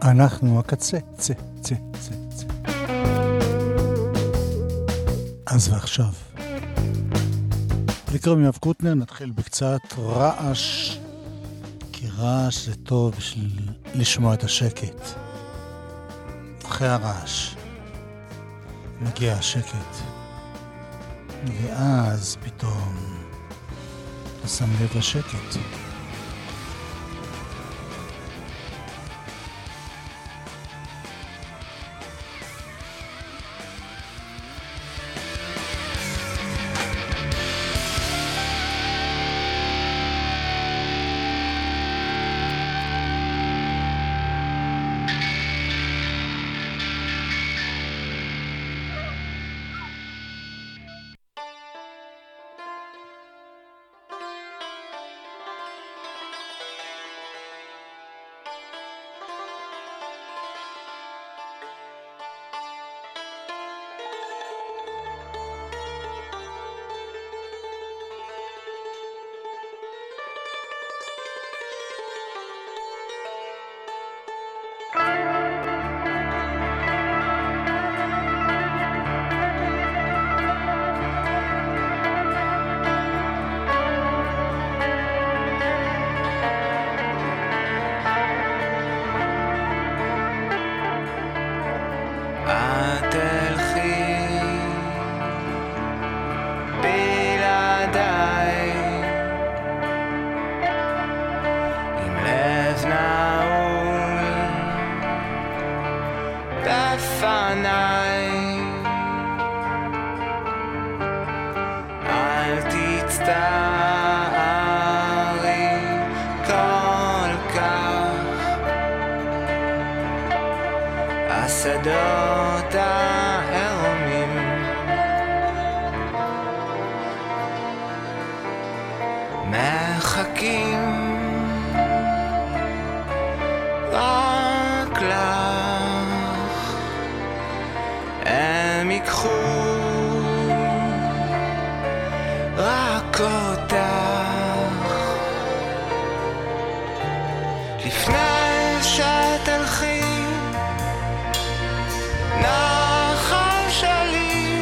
אנחנו הקצה, צה. אז ועכשיו, לקרוא מיואב קוטנר, נתחיל בקצת רעש, כי רעש זה טוב בשביל לשמוע את השקט. אחרי הרעש מגיע השקט, ואז פתאום אתה שם לב לשקט. השדות הערומים מחכים רק לך, הם ייקחו רק אותך לפני שתלכי נחל שלי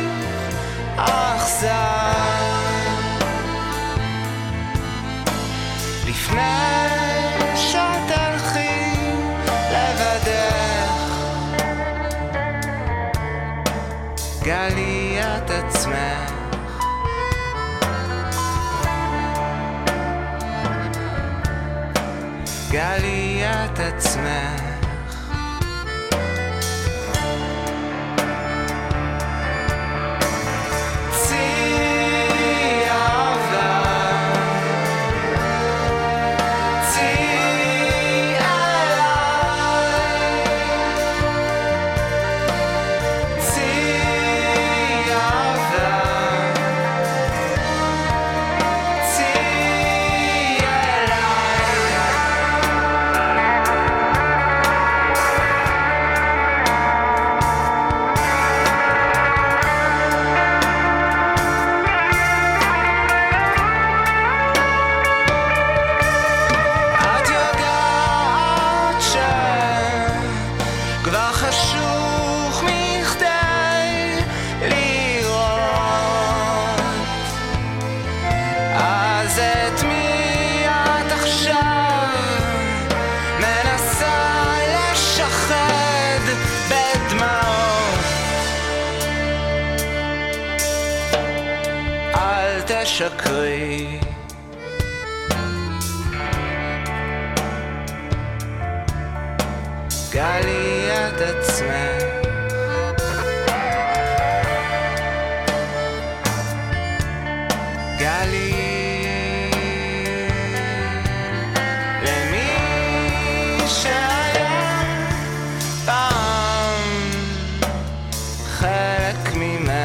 אכזר, לפני שתלכי לבדך גלי את עצמך, גלי את עצמך. שקרי גלי את עצמך, גלי למי שהיה פעם חלק ממך,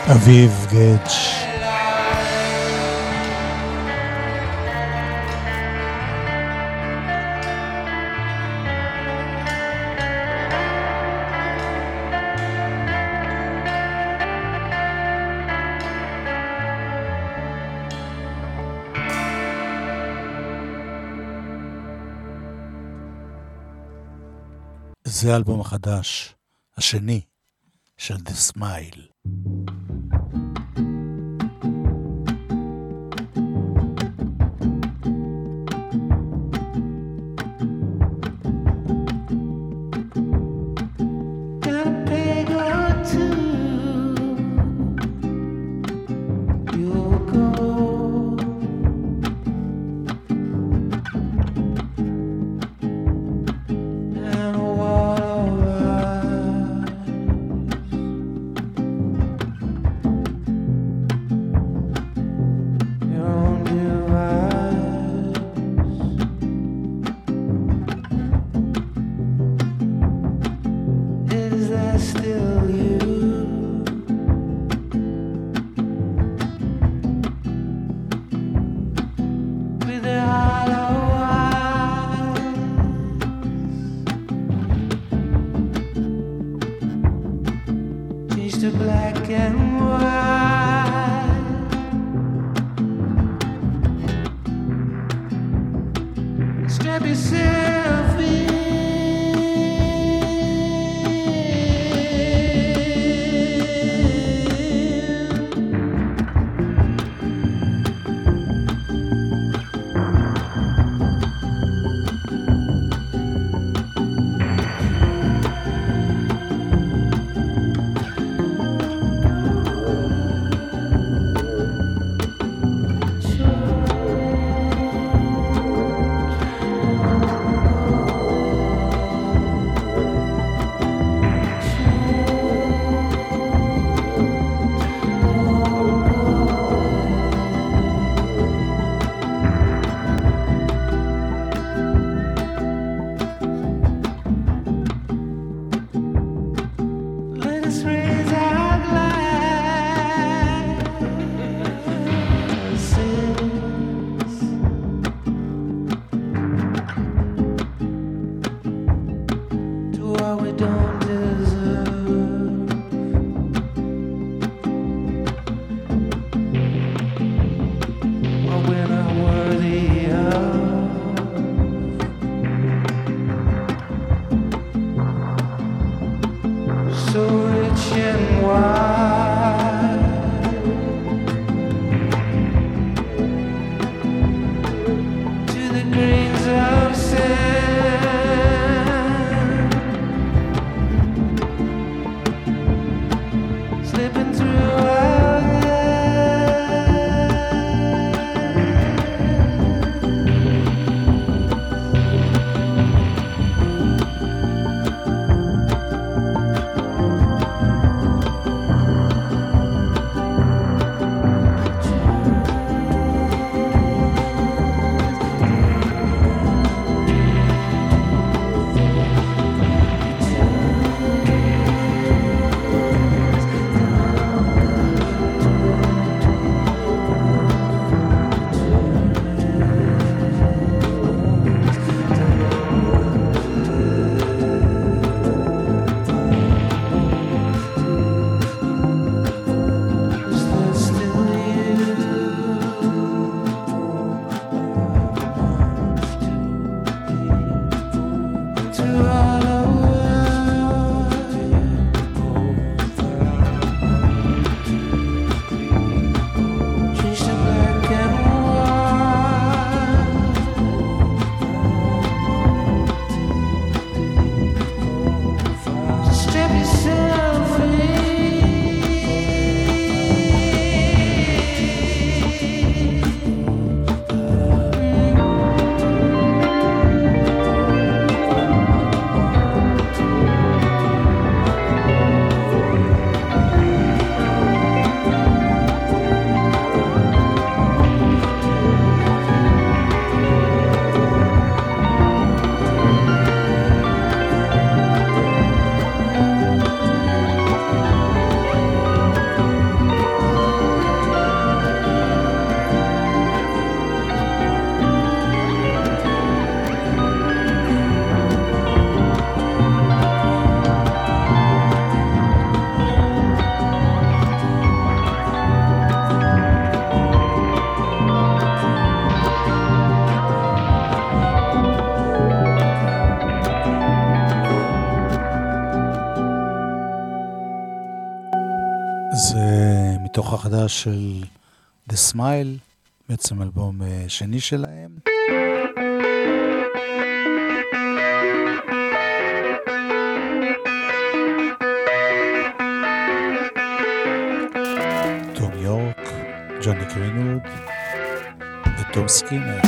אביב גדש. זה האלבום החדש, השני, של The Smile. זה מתוך החדש של The Smile, בעצם אלבום שני שלהם. תום יורק, ג'וני גרינווד ותום סקינר.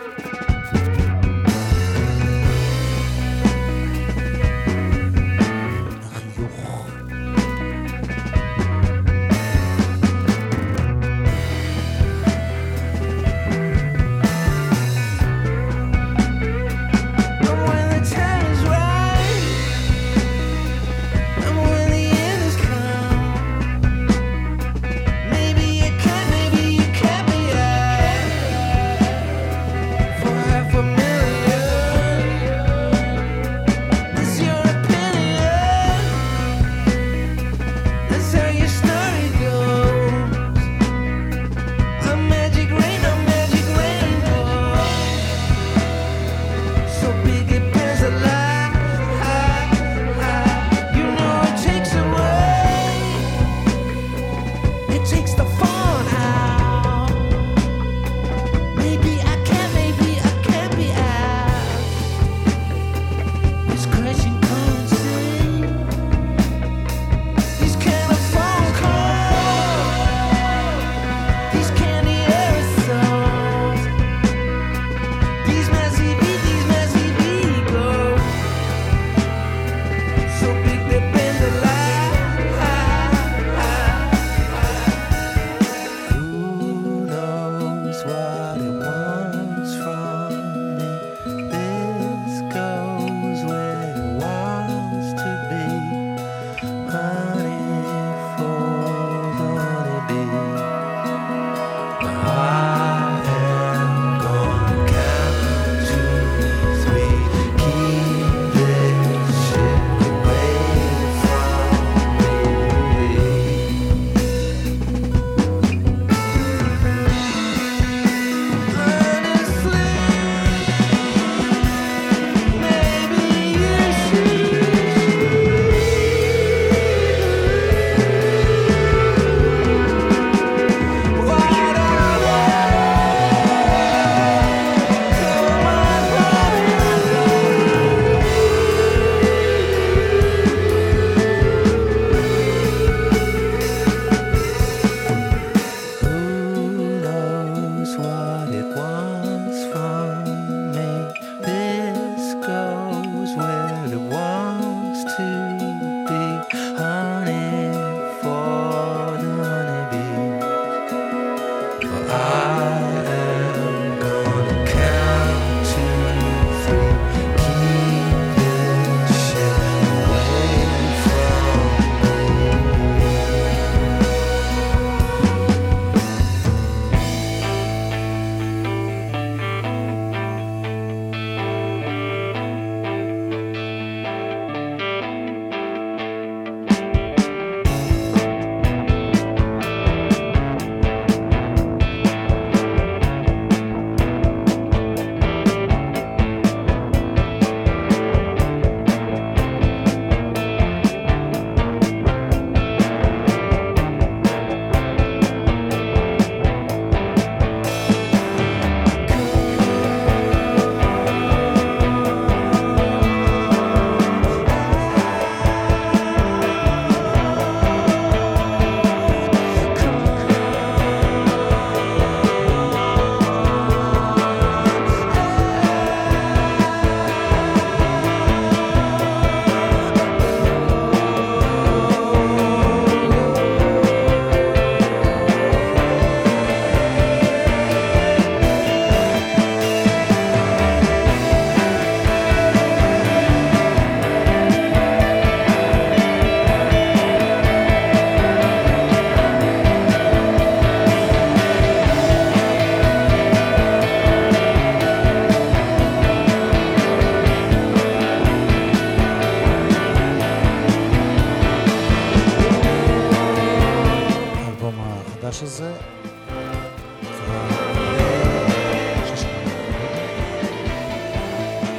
הזה.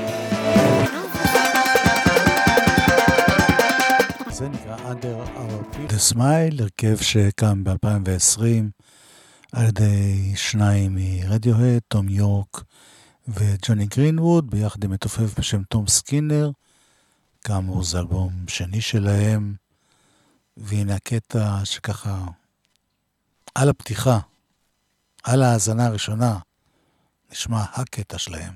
זה נקרא Under Our The Smile, הרכב שקם ב-2020 על ידי שניים מרדיוהד, תום יורק וג'וני גרינווד, ביחד עם מתופף בשם תום סקינר. כאמור זה אלבום שני שלהם, והנה הקטע שככה על הפתיחה, על ההאזנה הראשונה, נשמע הקטע שלהם.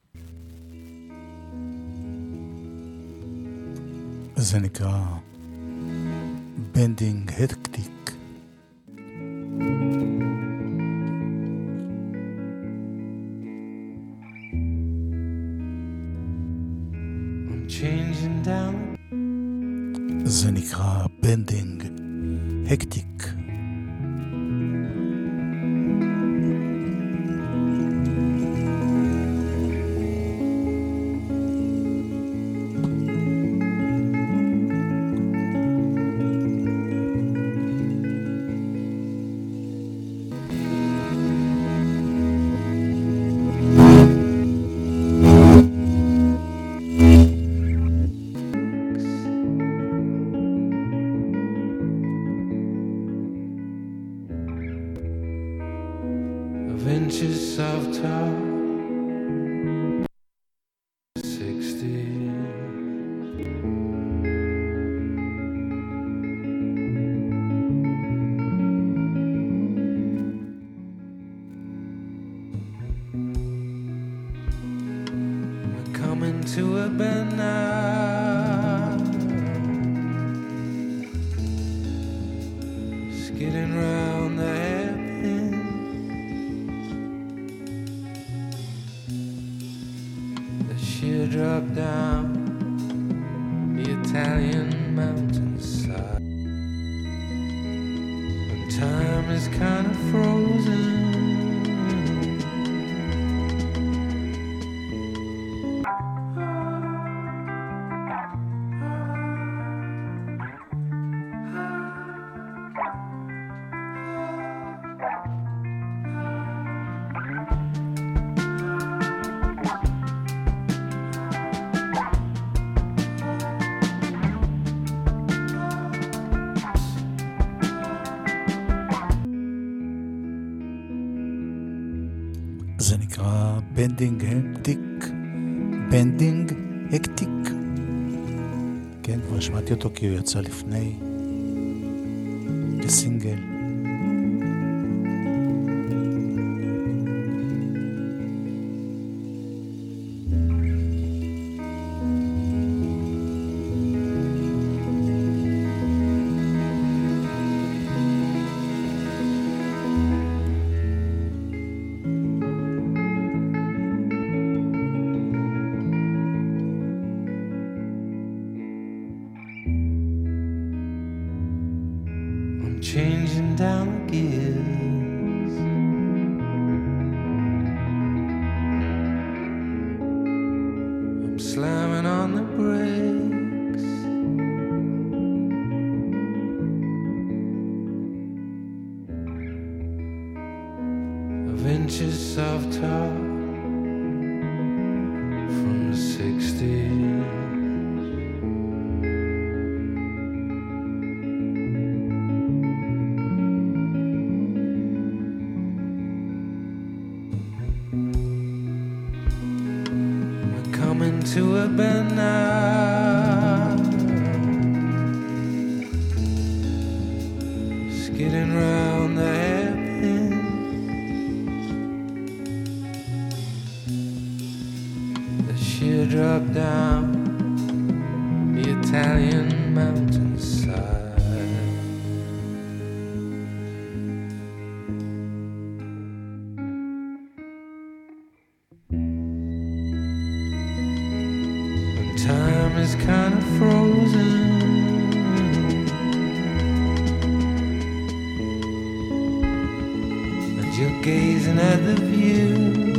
זה נקרא Bending Hectic. זה נקרא Bending Hectic. זה נקרא Bending Hectic. Bending Hectic. כן, כבר שמעתי אותו כי הוא יצא לפני כסינגל. Changing down the gears, I'm slamming on the brakes, of inches of top from the 60s. To a bend now, skidding round the hairpin, the sheer drop down the Italian mountainside. Time is kind of frozen, and you're gazing at the view,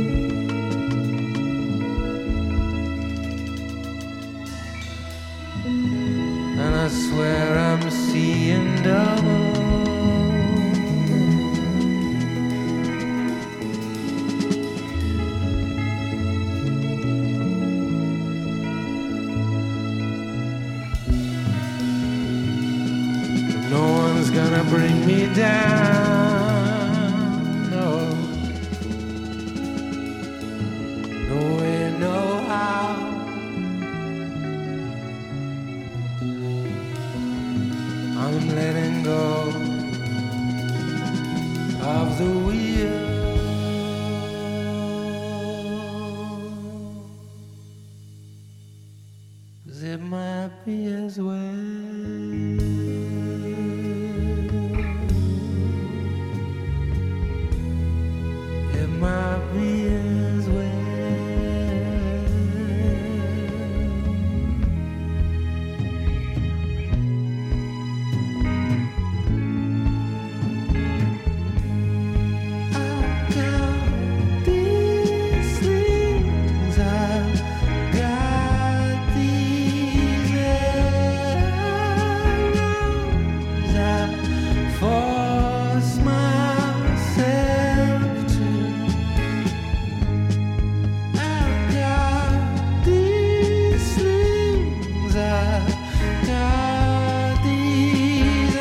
and I swear I'm seeing double. No gonna bring me down. No, no way, no how. I'm letting go of the wheel. It might be as well. It might be as well. I've got these things, I've got these arrows, I force myself to. I've got these things, I've got these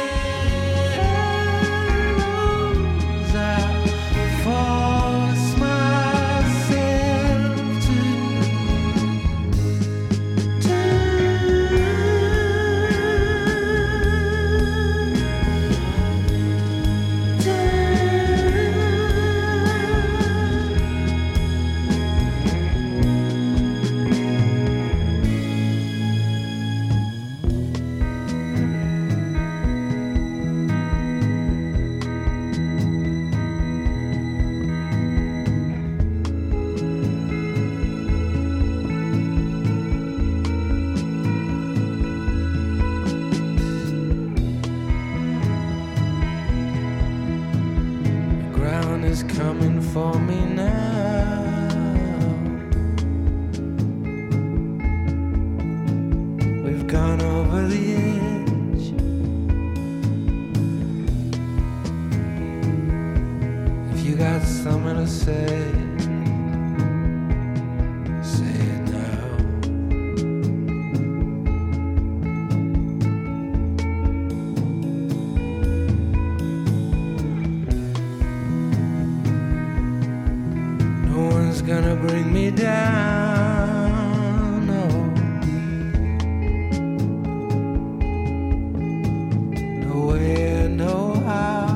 arrows, I force myself to The ground is coming for me now. We've gone over the edge. If you got something to say, say it now. No one's gonna bring me down, no. No way, no how.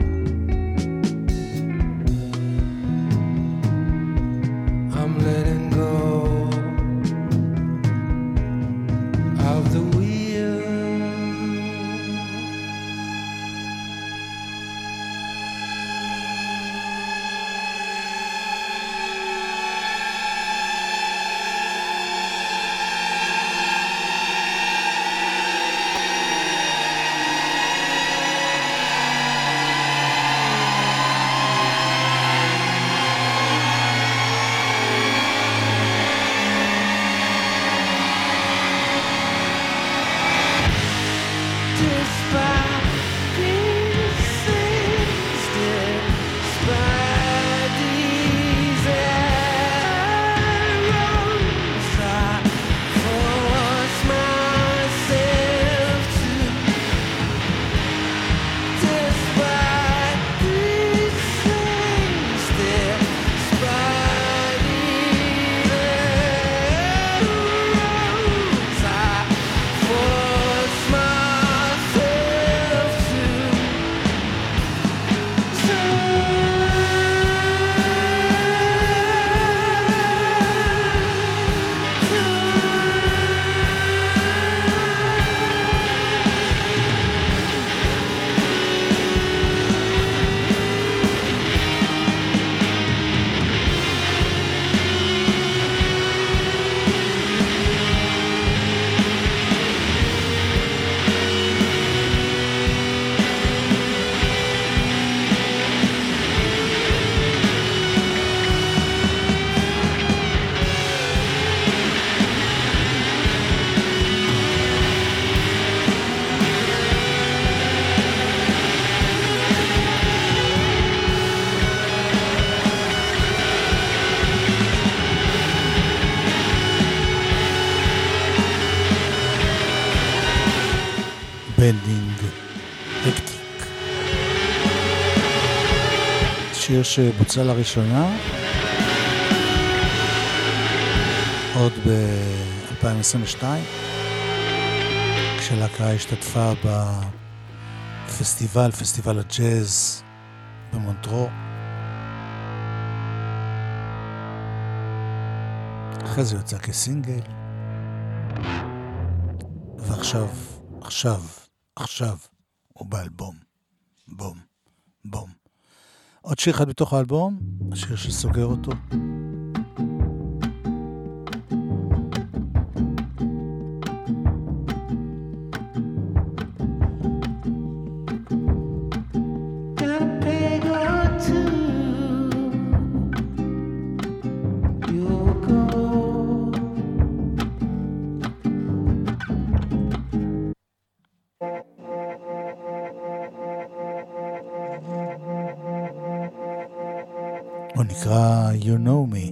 I'm letting go of the wheel. Despite these things, despite these arrows, I force myself to. Despite these things, despite these arrows, I force myself to. בנדינג, שיר שבוצע לראשונה עוד ב-2022 כשלהקה השתתפה פסטיבל הג'אז במונטרו. אחרי זה יוצא כסינגל, ועכשיו הוא באלבום. בום, בום. עוד שיר אחד בתוך האלבום, השיר שסוגר אותו. הוא נקרא You Know Me.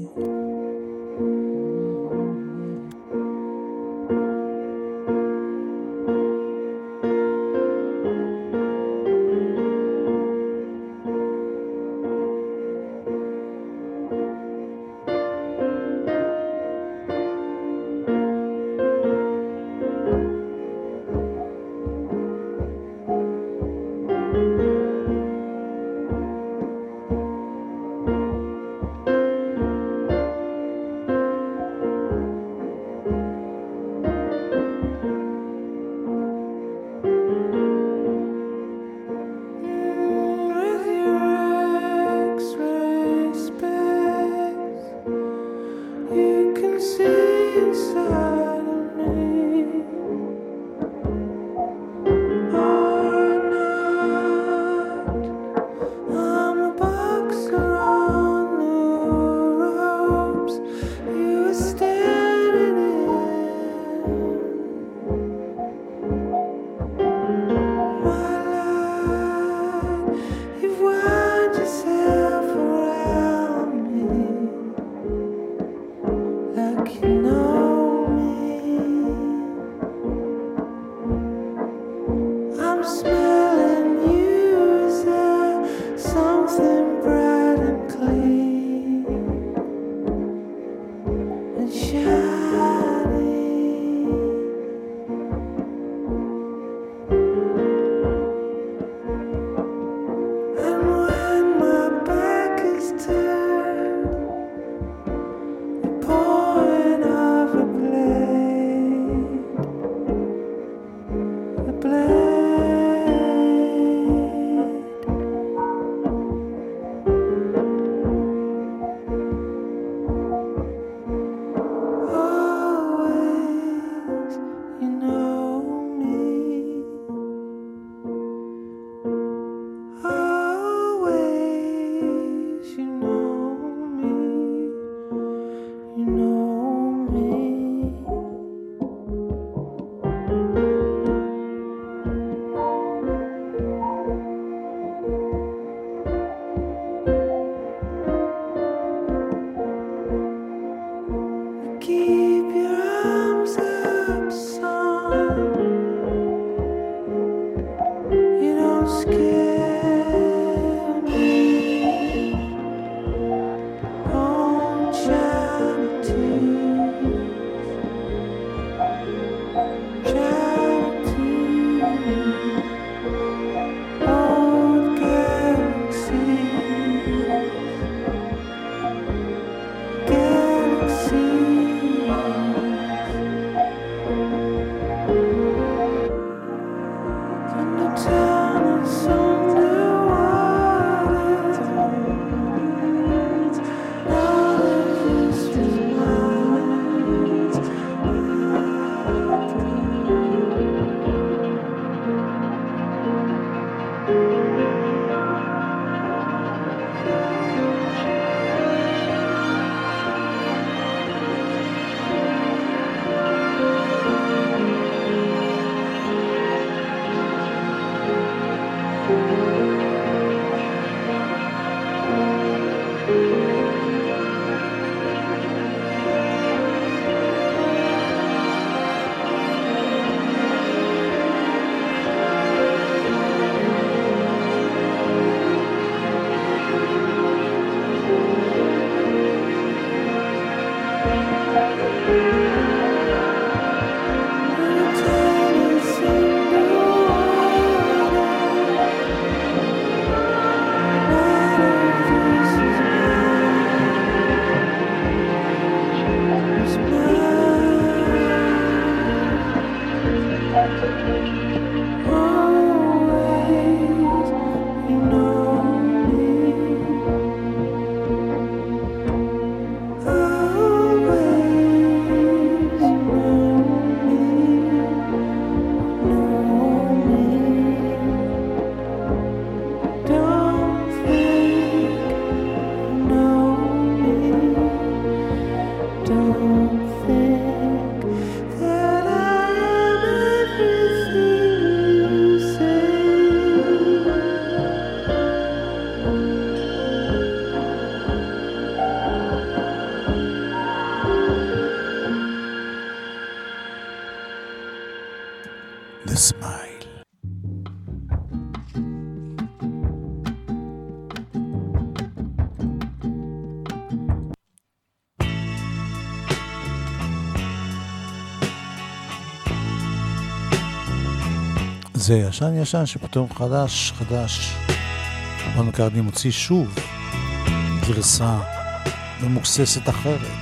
זה ישן שפתאום חדש. פול מקרטני מוציא שוב גרסה ומוקססת אחרת.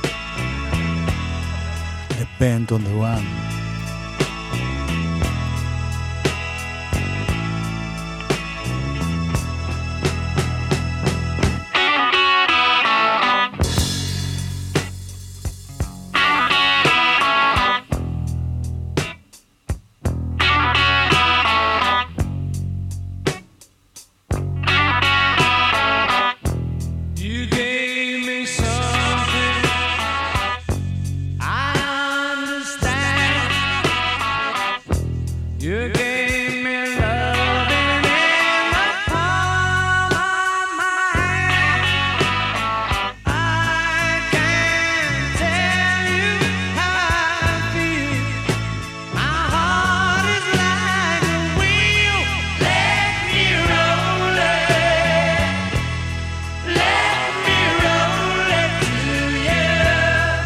The Band on the Run.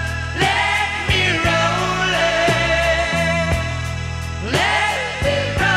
Let it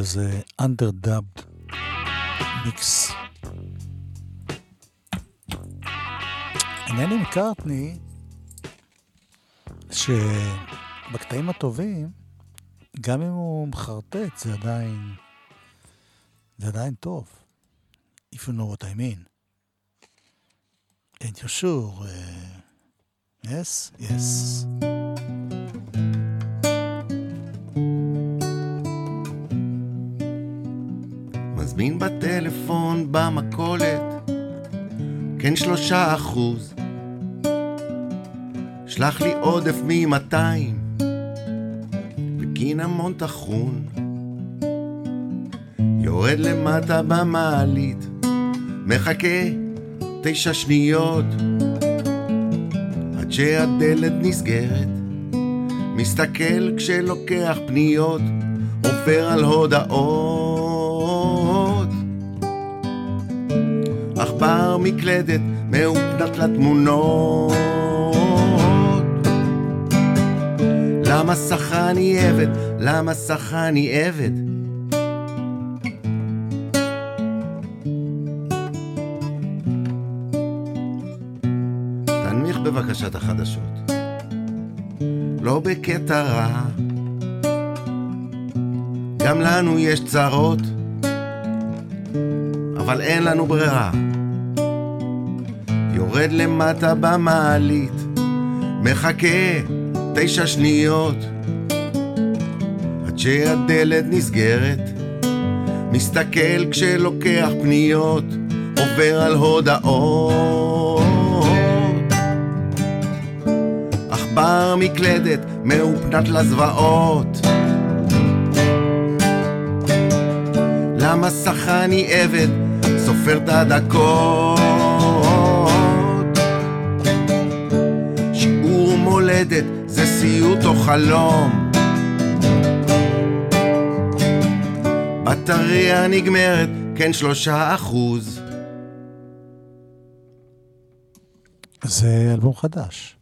זה underdubbed מיקס. העניין עם מקארטני שבקטעים הטובים גם אם הוא מחרטט זה עדיין טוב. If you know what I mean. And you sure? Yes? Yes. מזמין בטלפון במקולת, כן 3%. שלח לי עודף מ-200, בקינמון תחון. יורד למטה במעלית, מחכה 9 שניות, עד שהדלת נסגרת. מסתכל כשלוקח פניות, עובר על הודעות. עכבר מקלדת מהופנת לתמונות. למה שחני עבד? למה שחני עבד? תנמיך בבקשת החדשות. לא בקטע רע, גם לנו יש צרות, אבל אין לנו ברירה. יורד למטה במעלית, מחכה 9 שניות, עד שהדלת נסגרת. מסתכל כשלוקח פניות, עובר על הודעות. עכבר מקלדת מהופנת לזוועות. למה שחני עבד? סופר את הדקות. שיעור מולדת זה סיוט או חלום. בטריה נגמרת, כן 3%. זה אלבום חדש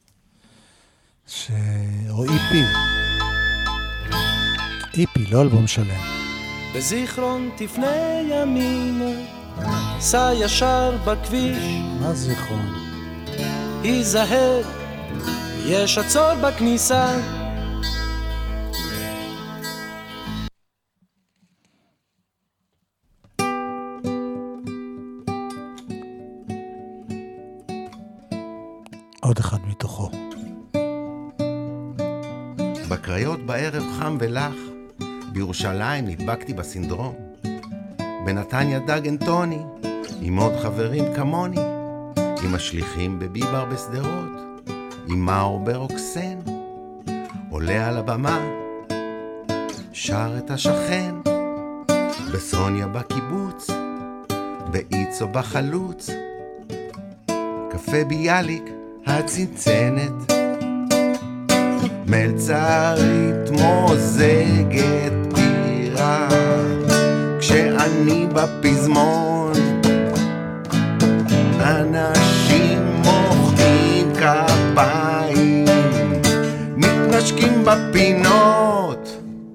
או EP, לא אלבום שלם. בזיכרון תפנה ימינה, סע ישר בכביש. מה זיכרון? היזהר, יש עצור בכניסה. עוד אחד מתוכו. בקריות בערב חם ולח, בירושלים נדבקתי בסינדרום. בנתניה דגן טוני, עם עוד חברים כמוני, עם השליחים בביבר בסדרות, עם מאור ברוקסן, עולה על הבמה, שר את השכן, בסוניה בקיבוץ, באיצו בחלוץ, קפה ביאליק, הצנצנת, מלצרית מוזגת בירה, כשאני בפזמון, אנשים מוחאים כפיים, מתנשקים בפינות.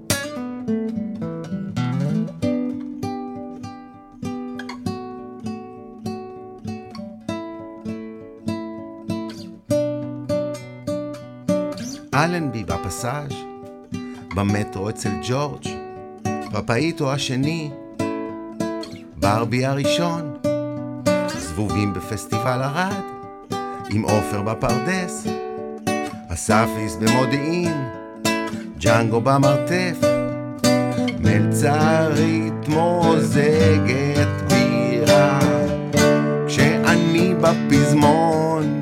אלנבי בפסאז', במטרו אצל ג'ורג', פפאיטו השני, ברבי הראשון, זבובים בפסטיבל ערד, עם אופר בפרדס, הסאפיס במודיעין, ג'נגו במרתף, מלצרית מוזגת בירה, כשאני בפזמון,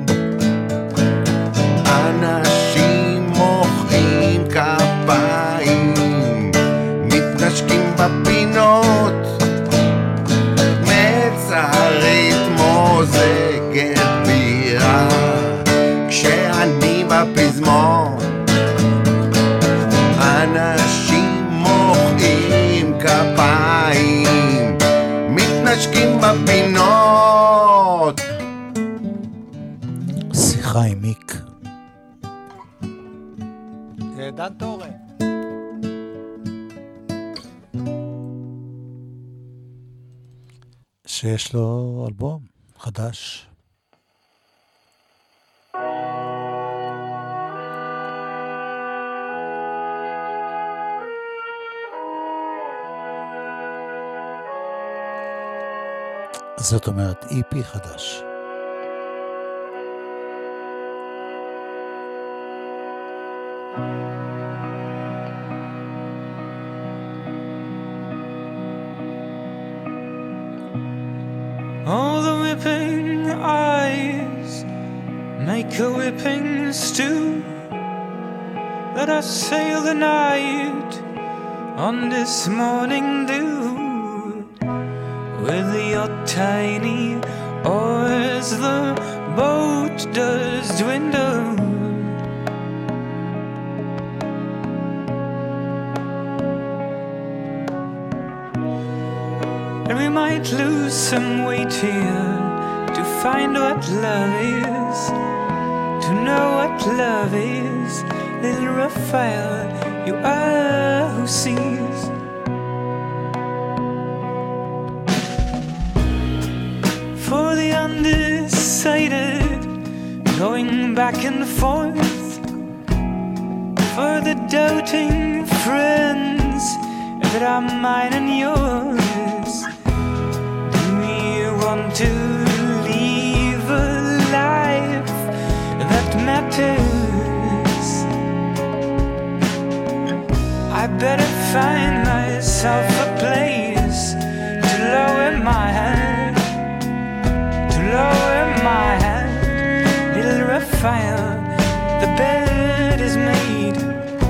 אנשים מוחאים כפיים, מתנשקים בפינות, מלצרית מוזגת בירה, כשאני בפזמון, אנשים מוחאים כפיים, מתנשקים בפינות. שיחה עם מיק. דן תורן. שיש לו אלבום חדש. זאת אומרת EP חדש. All the whipping eyes make a whipping stew. Let us sail the night on this morning dew. With your tiny oars the boat does dwindle. And we might lose some weight here to find what love is, to know what love is. Little Raphael, you are who sees. For the undecided, going back and forth. For the doubting friends that are mine and yours. Do we want to live a life that matters? I better find myself a place to lower my head, to lower my head. Little Raphael, the bed is made.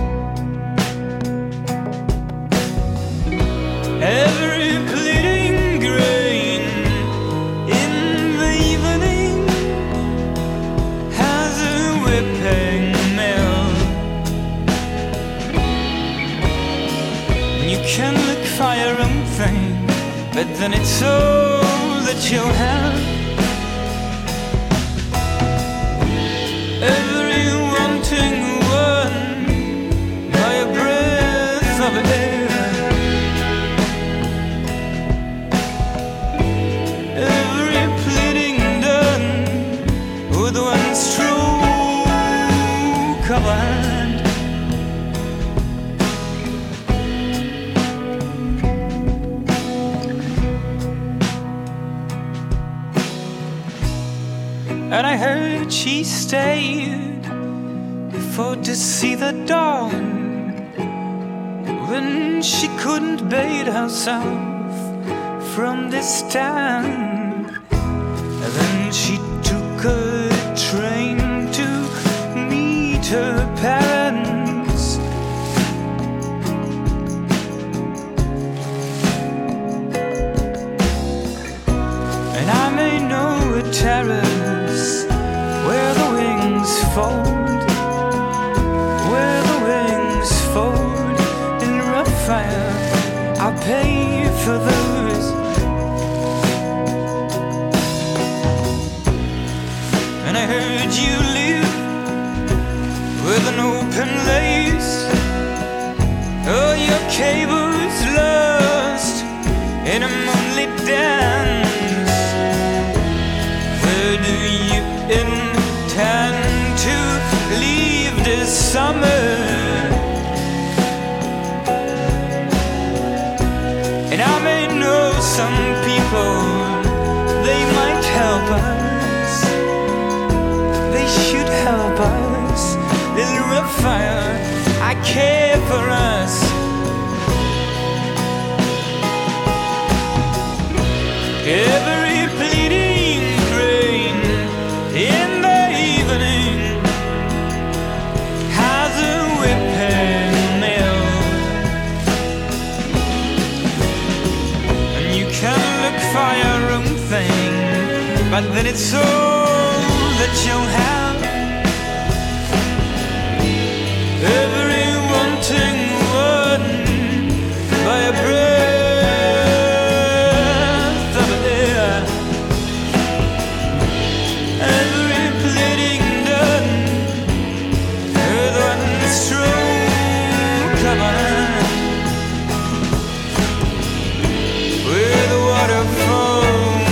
Every bleeding grain in the evening has a whipping mill. You can look for your own thing, but then it's all that you have. Every wanting one by a breath of air. Every pleading done with one stroke of a hand. And I heard she stayed before to see the dawn, when she couldn't bathe herself from this stand. And then she took a train to meet her parents. And I may know a terrace where the wings fold, where the wings fold. In Raphael, I'll pay for those. And I heard you live with an open lace. Oh, your cable's lost in a moonlit dance. Where do you intend to leave this summer? And I may know some people, they might help us, they should help us. Little Raphael, I care for us. Every pleading grain in the evening has a whipping mill. And you can look for your own thing, but then it's all that you'll have. Every wanting one by a breath of air. Every pleading done with one stroke of a hand. Where the water falls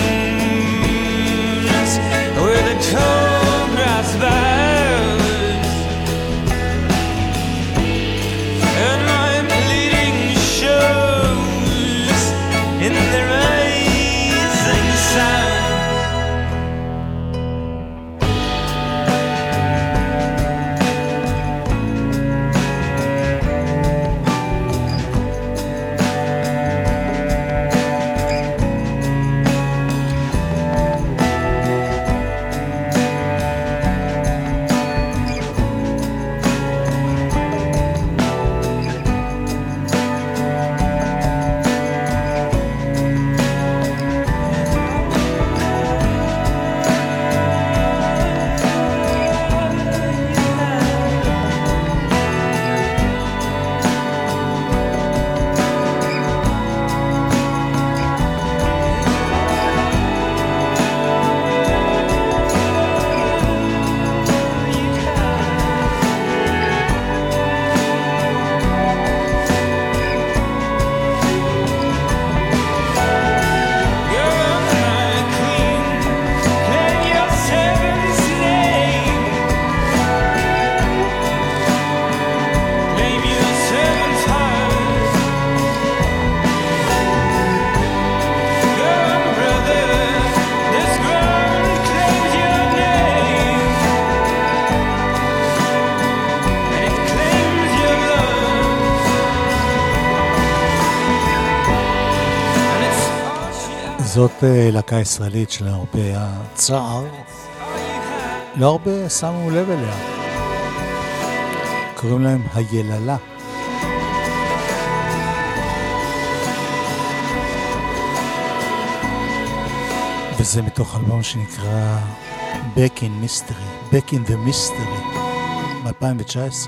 זאת להקה ישראלית שלהרבה הצער, לא הרבה שמו לב אליה. קוראים להם היללה. וזה מתוך אלבום שנקרא Back in the Mystery ב-2019.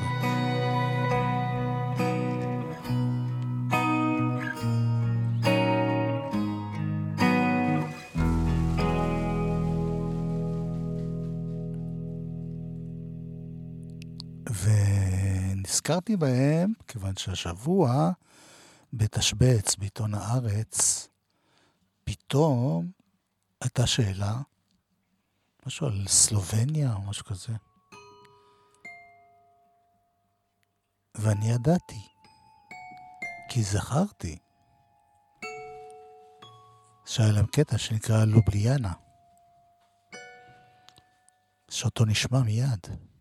ונזכרתי בהם כיוון שהשבוע בתשבץ בעיתון הארץ פתאום הייתה שאלה, משהו על סלובניה או משהו כזה. ואני ידעתי, כי זכרתי שהיה להם קטע שנקרא לובליאנה, שאותו נשמע מיד,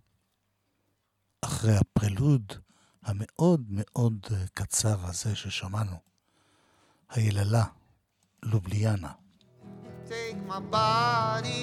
אחרי הפרלוד המאוד מאוד קצר הזה ששמענו, היללה, לובליאנה. Take my body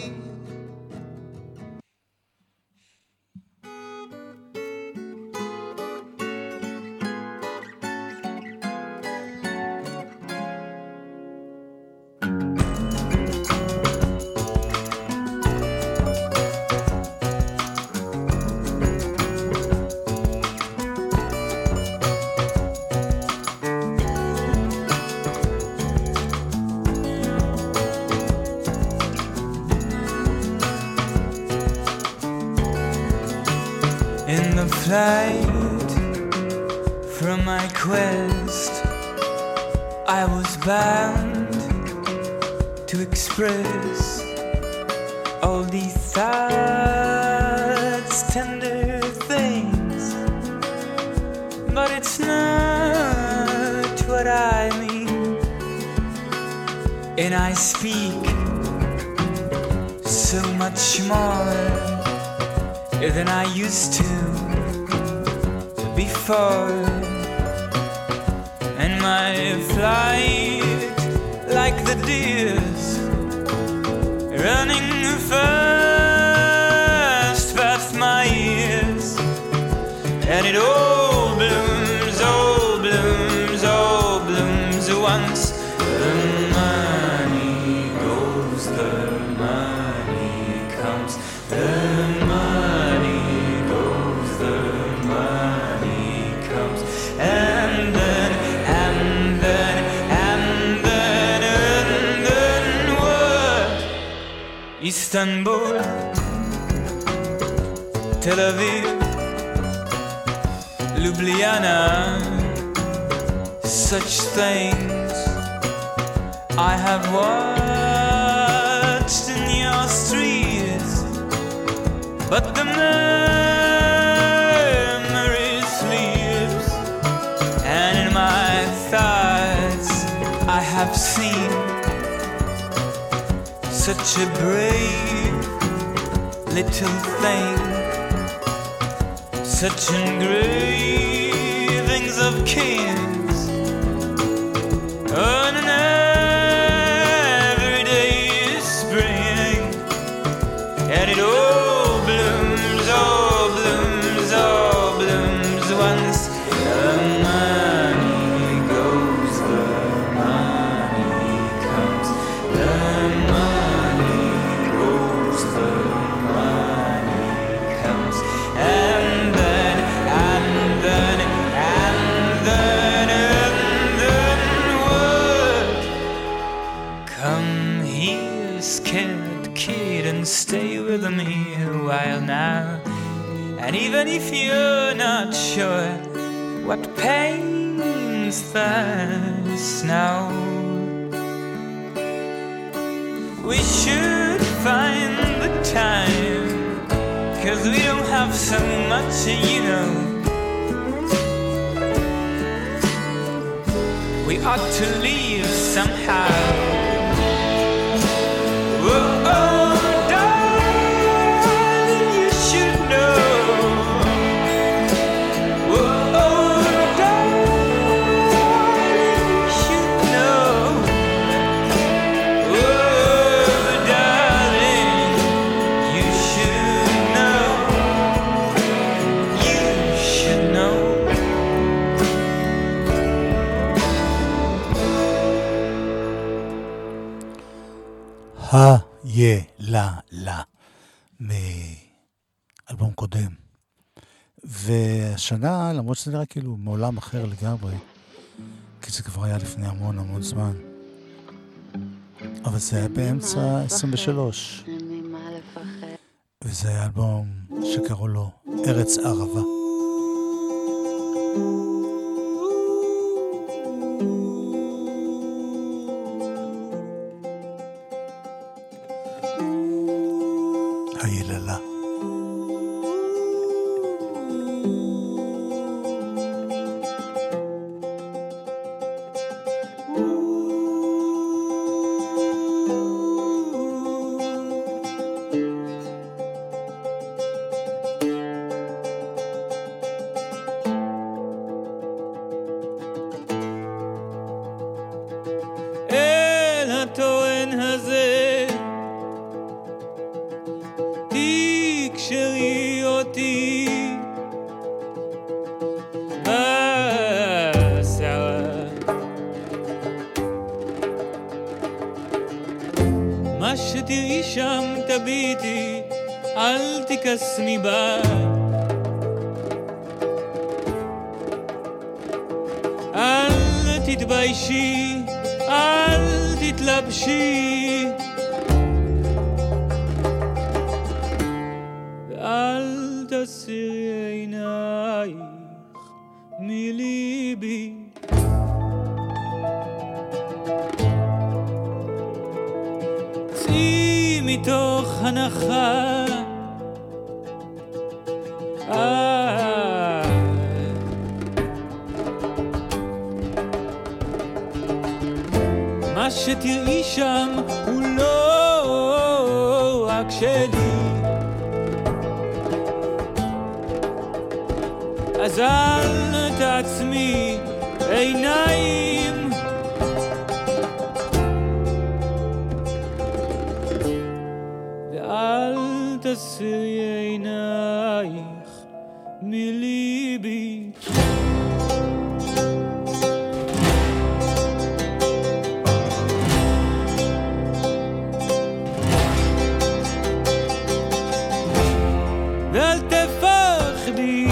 flight from my quest, I was bound to express all these thoughts, tender things, but it's not what I mean, and I speak so much more than I used to before, and my flight, like the deers running fast past my ears, and it all blooms, all blooms, all blooms once. The money goes, the money comes, the money goes, the money comes, and then what? Istanbul, Tel Aviv, Ljubljana, such things I have watched in your streets, but the memory sleeps, and in my thoughts I have seen such a brave little thing, such engravings of kings on an everyday spring, and it all blooms, all blooms, all blooms once. The money goes, the money comes, the money goes, the money comes, and then what? Come here, scared kid, and stay with me a while now. And even if you're not sure what pains us now, we should find the time, 'cause we don't have so much, you know. We ought to leave somehow. Whoa, oh, darling, you should know. Whoa, oh, darling, you should know. הילה מאלבום קודם. והשנה, למרות שזה נראה כאילו מעולם אחר לגמרי, כי זה כבר היה לפני המון זמן, אבל זה היה באמצע 23, וזה היה אלבום שקראו לו ארץ ערבה. היללה. מה שתראי שם הוא לא רק שלי, אז אל תעצמי עיניים, ואל תסירי עינייך מליבי. ואל תפחדי,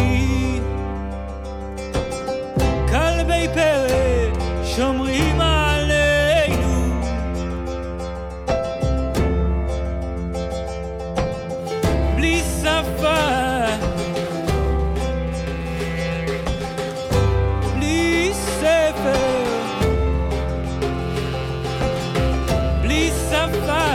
כלבי פרא שומרים עלינו, בלי שפה, בלי ספר, בלי שפה,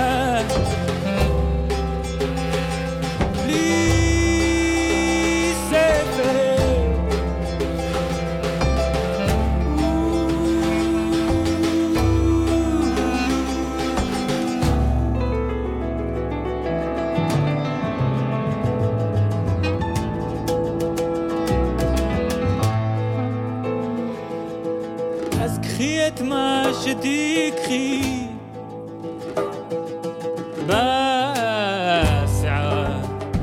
את מה שתקחי בסערה,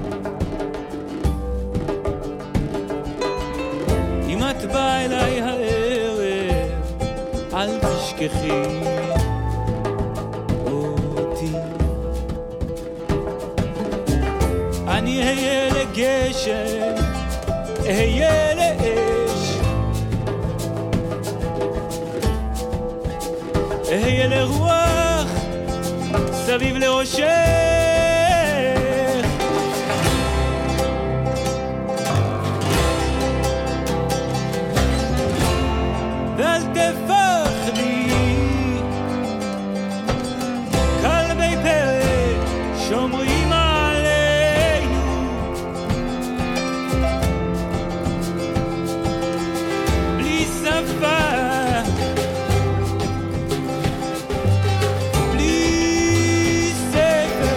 אם את באה אליי הערב אל תשכחי אותי, אני אהיה לגשם, אהיה לאש, אהיה לרוח סביב לראשך, ואל תפחדי, כלבי פרא שומרים עלינו, בלי שפה, בלי ספר,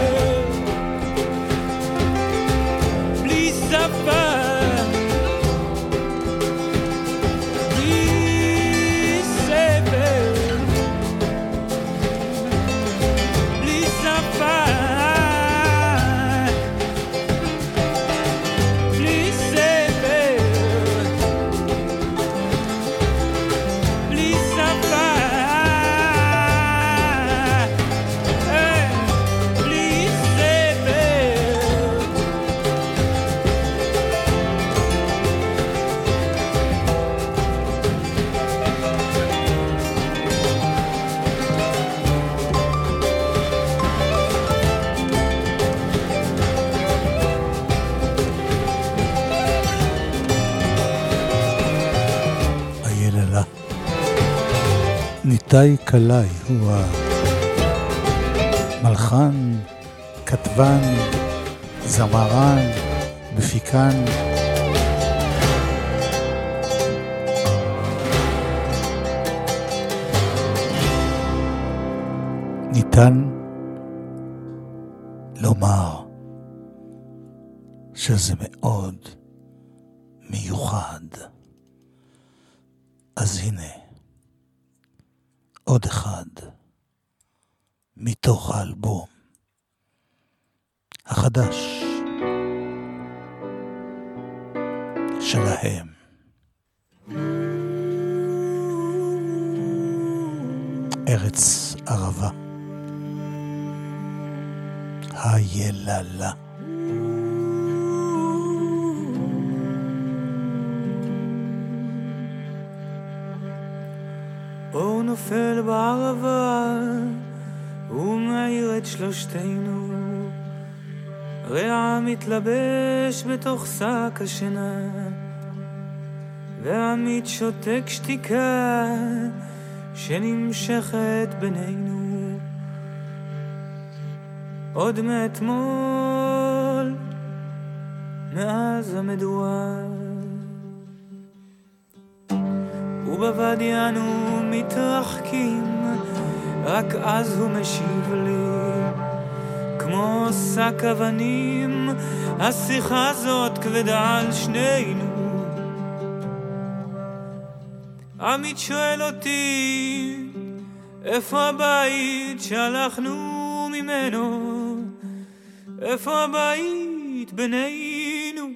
איתי קלעי הוא המלחן, כתבן, זמרן, מפיקן. ניתן לומר שזה מאוד מיוחד. אז הנה, עוד אחד מתוך האלבום החדש שלהם. ארץ ערבה, היללה. אור נופל בערבה ומאיר את שלושתנו, רע מתלבש בתוך שק השינה, ועמית שותק שתיקה שנמשכת בינינו עוד מאתמול, מאז המדורה. ובוואדי אנו מתרחקים, רק אז הוא משיב לי כמו שק אבנים, השיחה הזאת כבדה על שנינו. עמית שואל אותי איפה הבית שהלכנו ממנו, איפה הבית בינינו.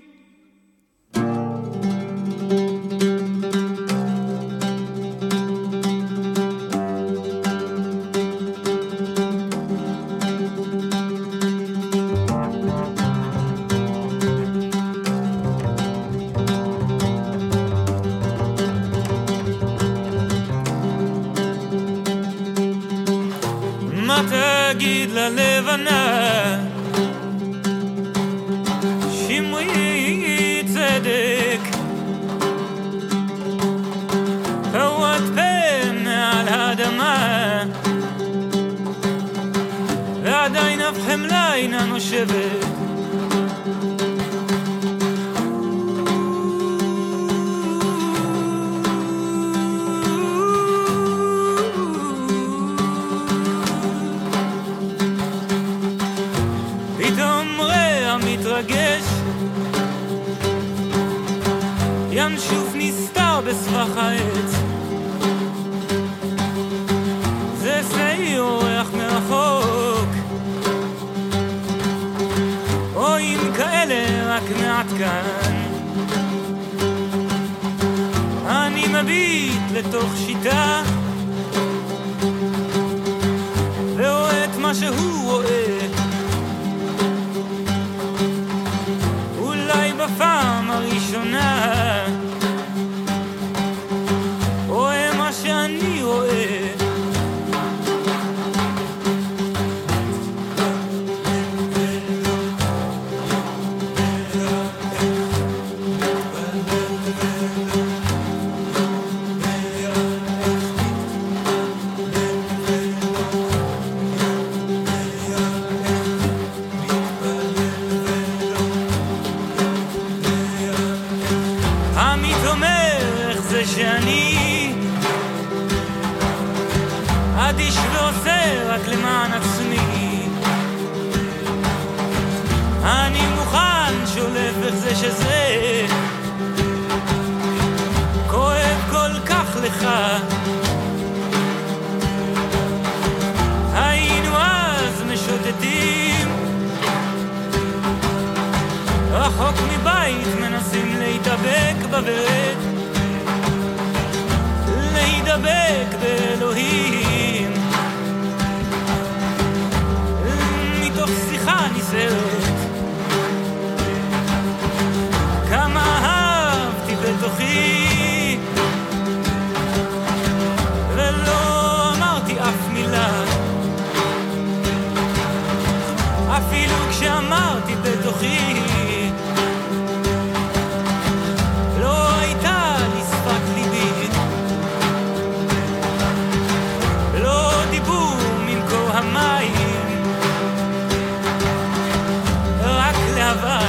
תגיד ללבנה שמרי צדק, קורת פה מעל האדמה, ועדיין אף חמלה אינה נושבת. מתרגש ינשוף נסתר בסבך העץ, זה שעיר אורח מרחוק, רואים כאלה רק מעט כאן. אני מביט לתוך שיטה ורואה את מה שהוא רואה, בפעם הראשונה רואה מה שאני רואה. שאני אדיש ועושה רק למען עצמי, אני מוכן שולף איך זה שזה כואב כל כך לך. היינו אז משוטטים רחוק מבית, מנסים להתאבק בבית, להידבק באלוהים, מתוך שיחה נסערת כמה אהבתי בתוכי, ולא אמרתי אף מילה, אפילו כשאמרתי בתוכי לא הייתה לי שפת ליבי. דיבור ממקור המים, רק להבה.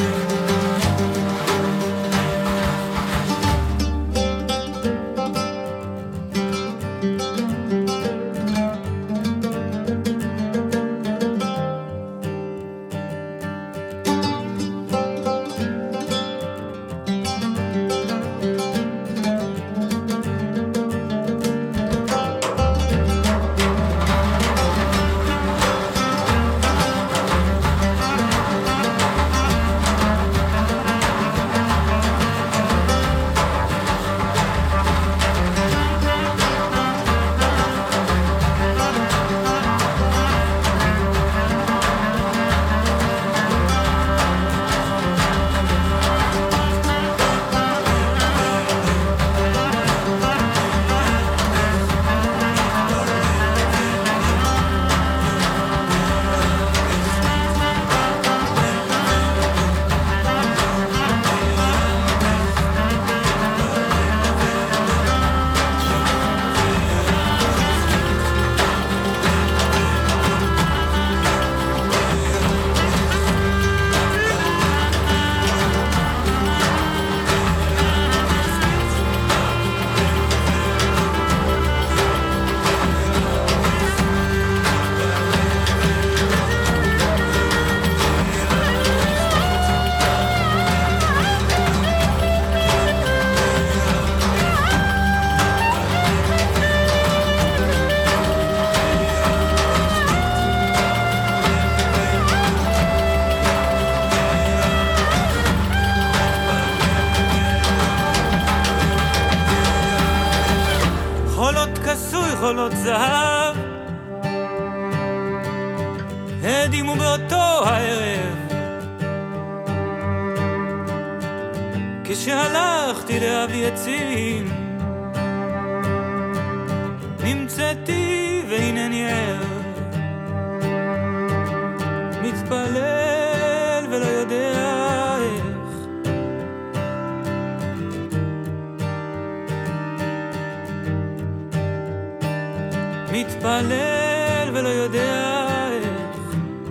חולות זהב הדימו באותו הערב כשהלכתי להביא עצים נמצאתי והנני ער מתפלל ולא יודע איך מתפלל ולא יודע איך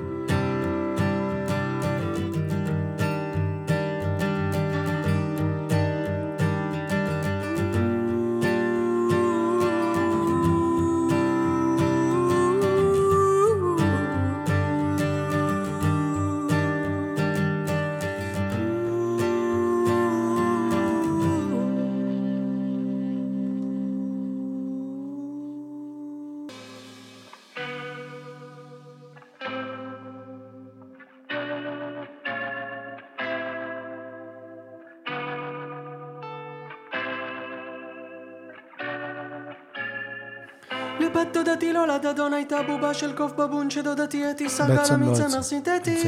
לבת דודתי לא לדדון הייתה בובה של קוף בבון שדודתי אתי סגה בעצם לא למצמר את זה. סינתטי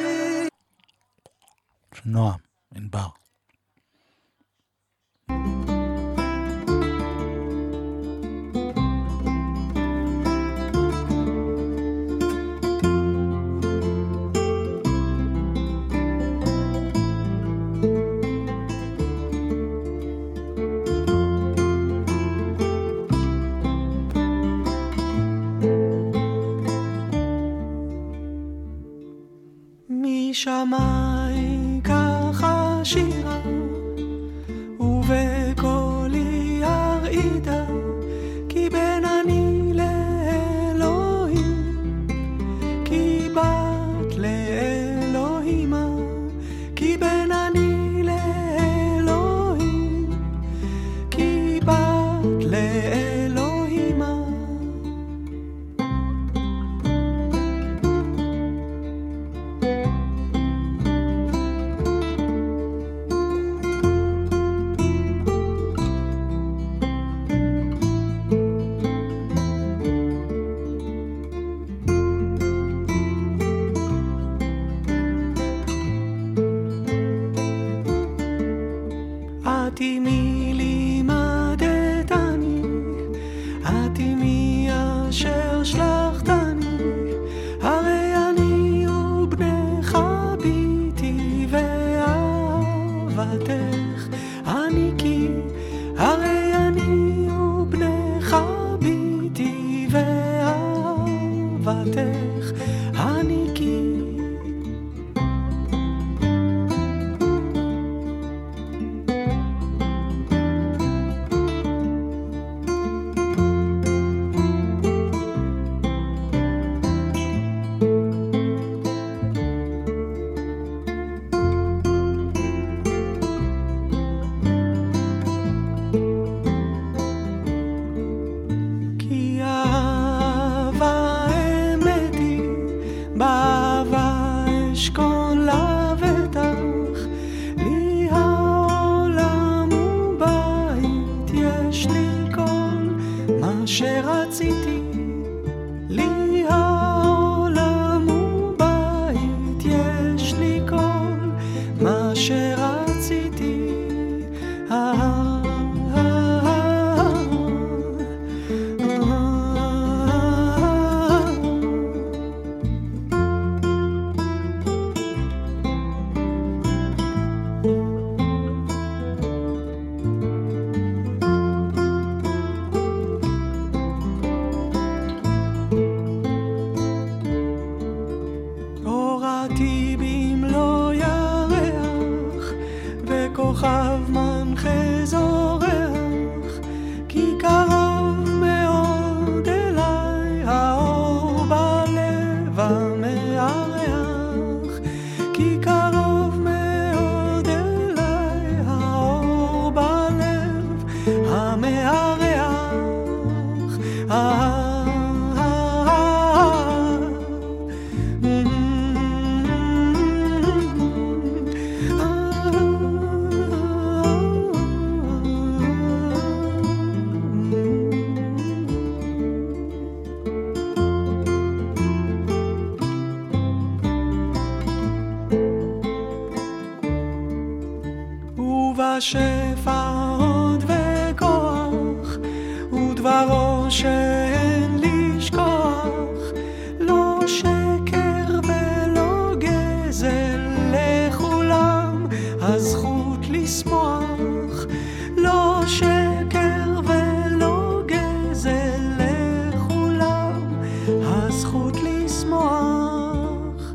נועם, ענבר. משמיים ככה שירה ובקולי הרעידה כי בין אני לאלוהים כי בת לאלוהימה כי בין אני לאלוהים כי בת לאלוהימה אהבתך הניקי. שפע עוד וכוח ודברו שאין לשכוח, לא שקר ולא גזל, לכולם הזכות לשמוח. לא שקר ולא גזל, לכולם הזכות לשמוח.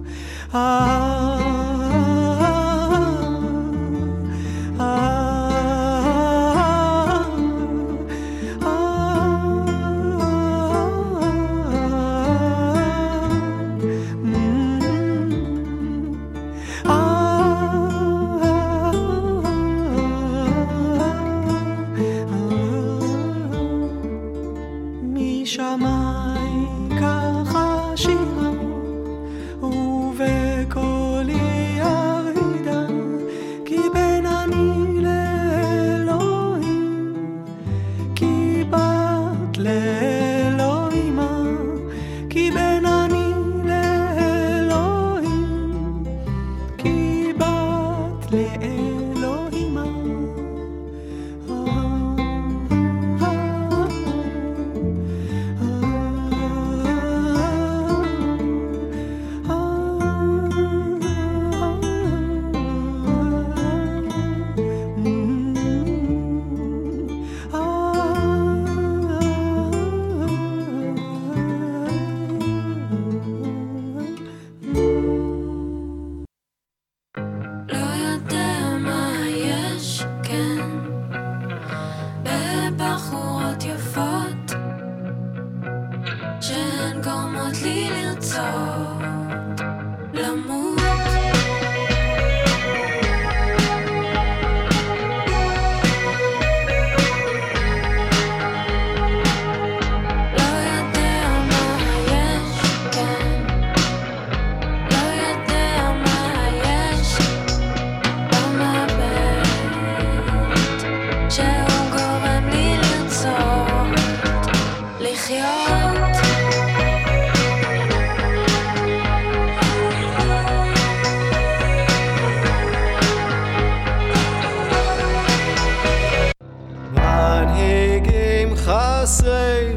חסרי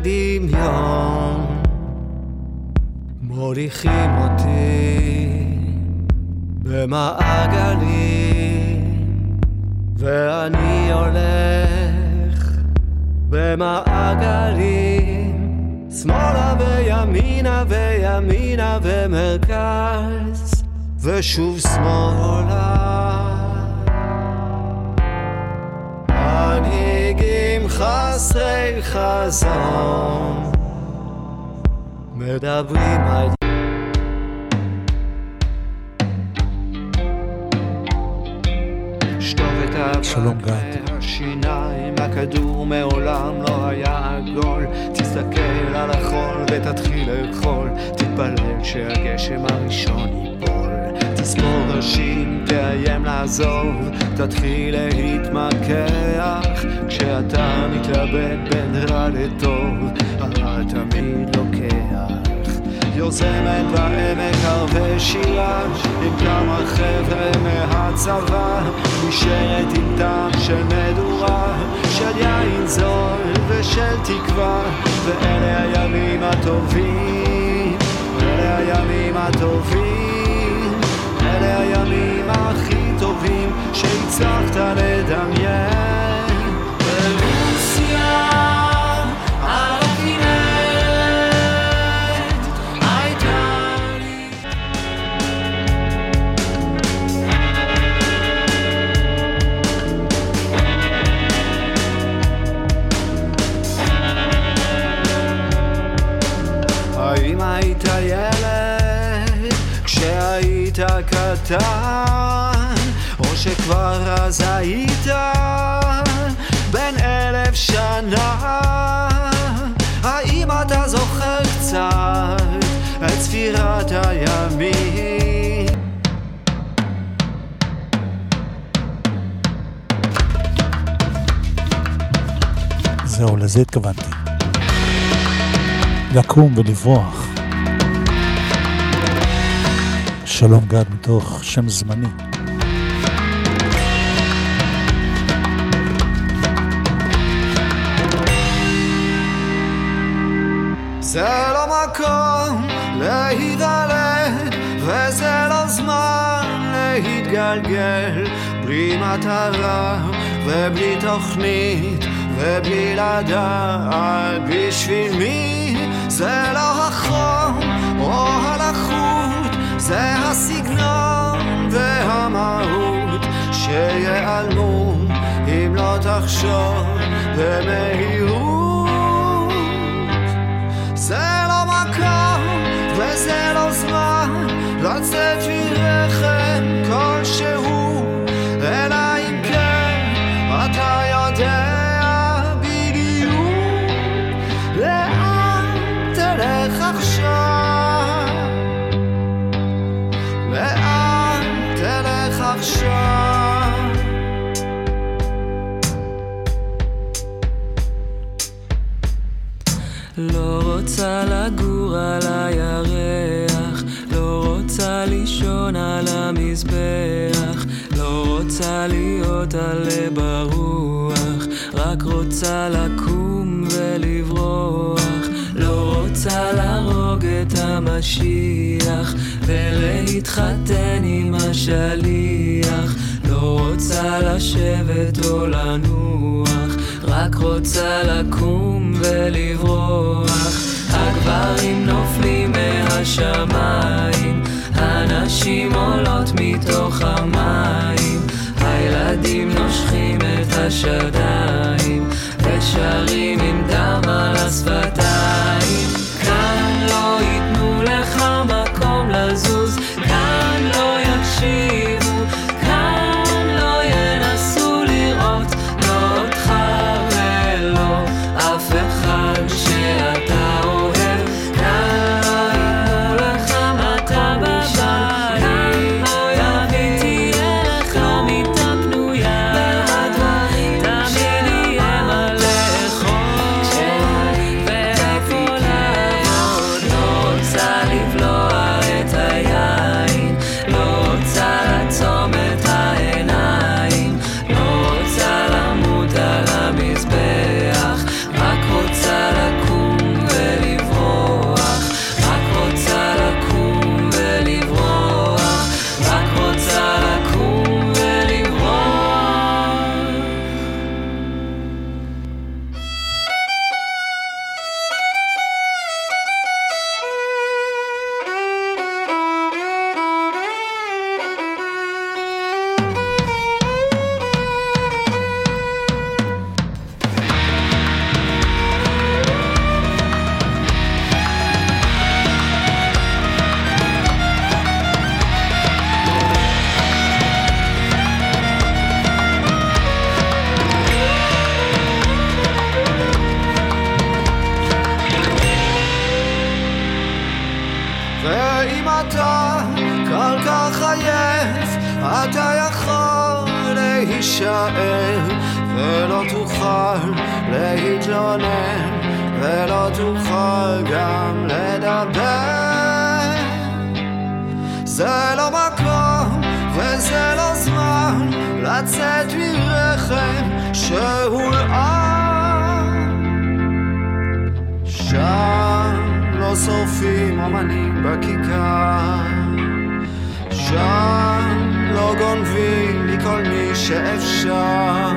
דמיון מוליכים אותי במעגלים, ואני הולך במעגלים שמאלה וימינה וימינה ומרכז ושוב שמאלה. מנהיגים חסרי חזון מדברים על שלום גד. השיניים, הכדור מעולם לא היה עגול. תסתכל על החול ותתחיל לאכול, תתפלל שהגשם הראשון ייפול. תספור ראשים, תאיים לעזוב, תתחיל להתמקח. כשאתה מתלבט בין רע לטוב, הרע תמיד לוקח. יוזמת בעמק הרבה שירה עם כמה חבר'ה מהצבא, נשארת עם טעם של מדורה, של יין זול ושל תקווה. ואלה הימים הטובים, אלה הימים הטובים, אלה הימים הכי טובים שהצלחת לדמיין. ברוסיה על האם היית ילד כשהיית קטן, או שכבר אז היית בן 1000 שנה? האם אתה זוכר קצת את ספירת הימים? זהו, לזה התכוונתי. לקום ולברוח. שלום גד מתוך שם זמני. זה לא מקום להיוולד, וזה לא זמן להתגלגל, בלי מטרה ובלי תוכנית ובלי לדעת בשביל מי. זה לא החום או הלחות, זה הסגנון והמהות שיעלמו אם לא תחשוב במהירות. זה לא מקום וזה לא זמן לצאת מרחם כלשהו, אלא אם כן אתה יודע תלך עכשיו, לאן תלך עכשיו? לא רוצה לגור על הירח, לא רוצה לישון על המזבח, לא רוצה להיות עלה ברוח, רק רוצה לקום ולברוח. לא רוצה להרוג את המשיח ולהתחתן עם השליח, לא רוצה לשבת או לנוח, רק רוצה לקום ולברוח. הגברים נופלים מהשמיים, הנשים עולות מתוך המים, הילדים נושכים את השדיים ושרים עם דם על השפתיים. כאן לא ייתנו לך מקום לזוז, כאן לא יקשיבו, כאן לא ינסו לראות, לא אותך ולא אף אחד שאתה אוהב. כאן לא ייתנו לך מטה בבית, כאן לא יביתי לך לא מיטה פנויה, והדברים תמיד יהיה מה לאכול, ואם אתה כל כך עייף, אתה יכול להישאר ולא תוכל להתלונן ולא תוכל גם לדבר. זה לא מקום וזה לא זמן לצאת מרחם שהולעם. שם לא שורפים אמנים בכיכר, שם לא גונבים מכל מי שאפשר,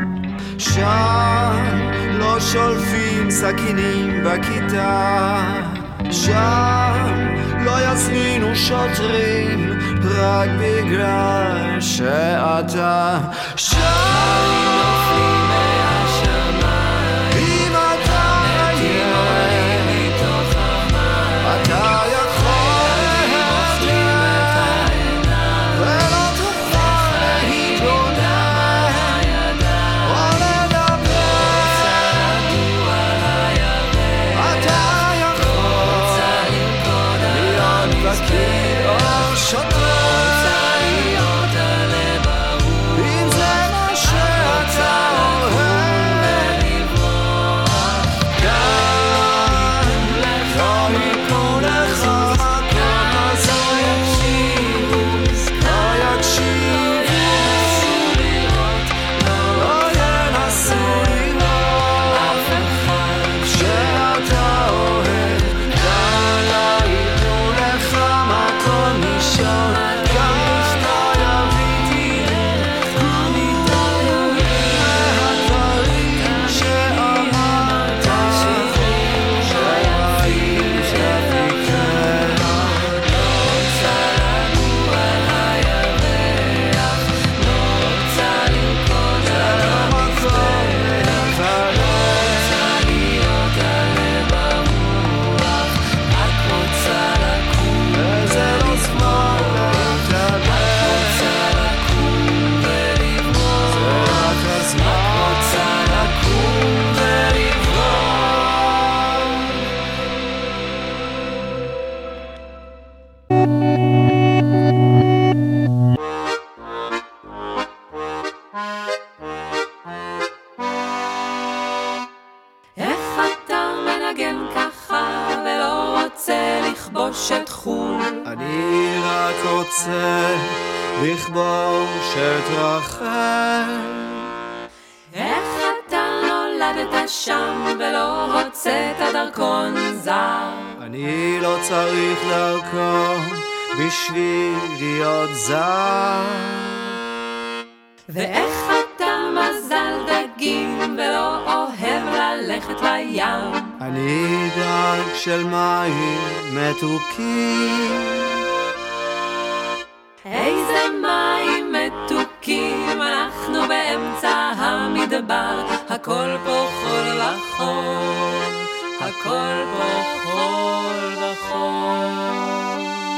שם לא שולפים סכינים בכיתה, שם לא יזמינו שוטרים רק בגלל שאתה שם. נופלים מהשמיים, אם אתה מתים מתוך המים, אתה יכול להפתיע ולא תוכל להתלונן או לדבר. אתה יכול להיות בקיא או שוטר, אם זה מה שאתה אוהב. כאן לא ייתנו לך מקום, אז לא יקשיבו, לא ינסו לראות שאתה אוהב. כאן לא ייתנו לך מקום לישון, כאן לא יביטו מהדברים שאמרת, שהאיש יפיקר. וזה לא זמן להתאבד, זה רק הזמן לקום ולברוח. איך אתה מנגן ככה ולא רוצה לכבוש את חו"ל? אני רק רוצה לכבוש את רחל. איך אתה נולדת שם ולא הוצאת דרכון זר? אני לא צריך דרכון בשביל להיות זר. ואיך אתה מזל דגים ולא אוהב ללכת לים? אני דג של מים מתוקים. איזה מים מתוקים, אנחנו באמצע המדבר, הכל פה חול וחול, הכל פה חול וחול.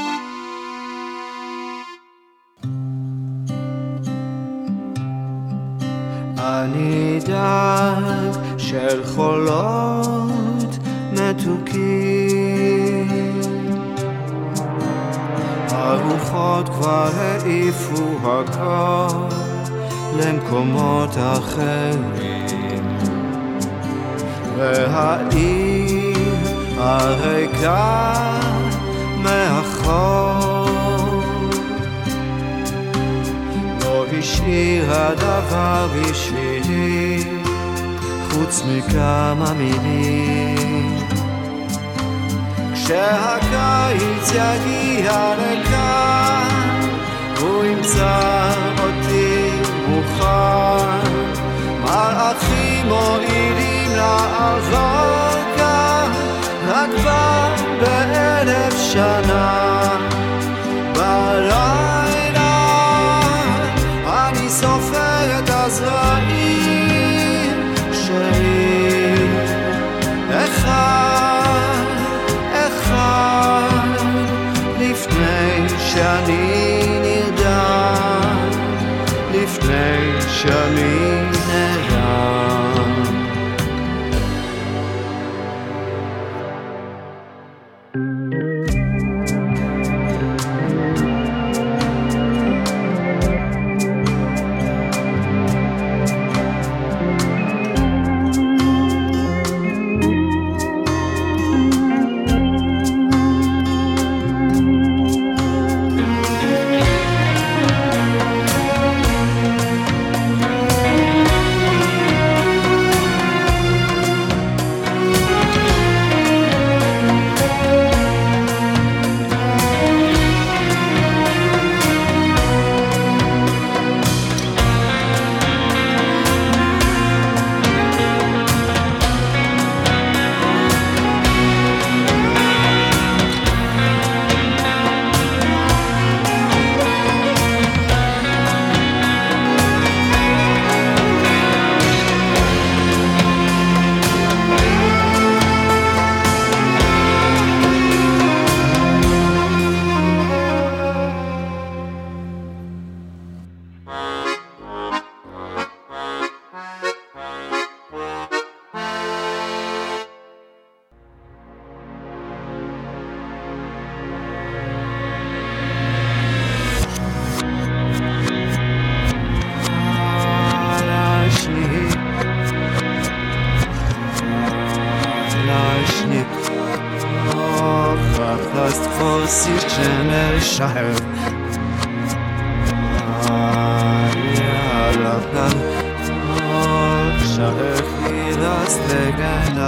אני דג של חולות מתוקים, הרוחות כבר העיפו הכל למקומות אחרים, והעיר הריקה מאחור לא השאירה דבר בשבילי חוץ מכמה מילים. כשהקיץ יגיע לכאן הוא ימצא אותי מוכן, מלאכים מועילים לעבור כאן רק פעם ב1000 שנה. בלילה אני סופר את הזרעים שלי אחד אחד לפני שאני נרדם, לפני שאני נרדם. fast for sich schmerscher ja la la schar das legana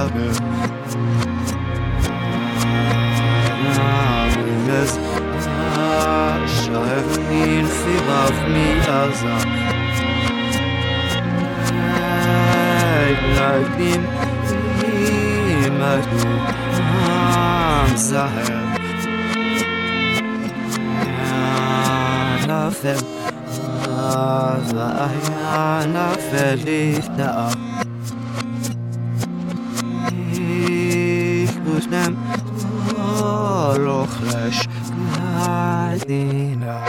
das schar in fibaf mi azam Ladim imadu zahar nafel nafel ifta ich muss nem lochlesh gadina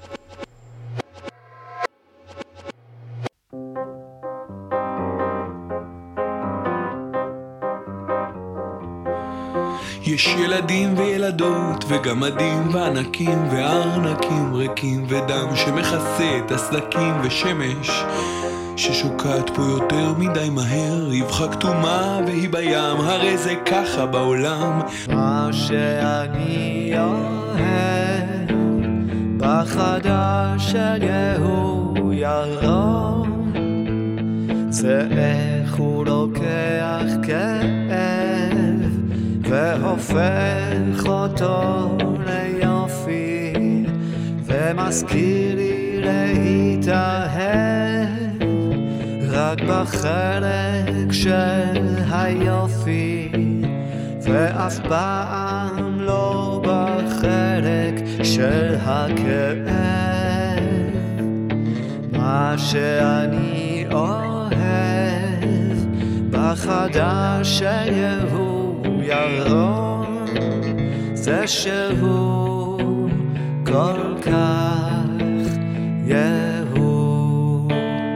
יש ילדים וילדות וגמדים וענקים וארנקים ריקים ודם שמכסה את הסדקים ושמש ששוקעת פה יותר מדי מהר יבחה כתומה והיא בים הרי זה ככה בעולם מה שאני אוהב בחדש של יהוא ירון זה איך הוא לוקח כאב והופך אותו ליופי ומזכיר לי להתאהב רק בחלק של היופי ואף פעם לא בחלק של הכאב מה שאני אוהב בחדש של יהוא ירון זה שהוא כל כך יהוא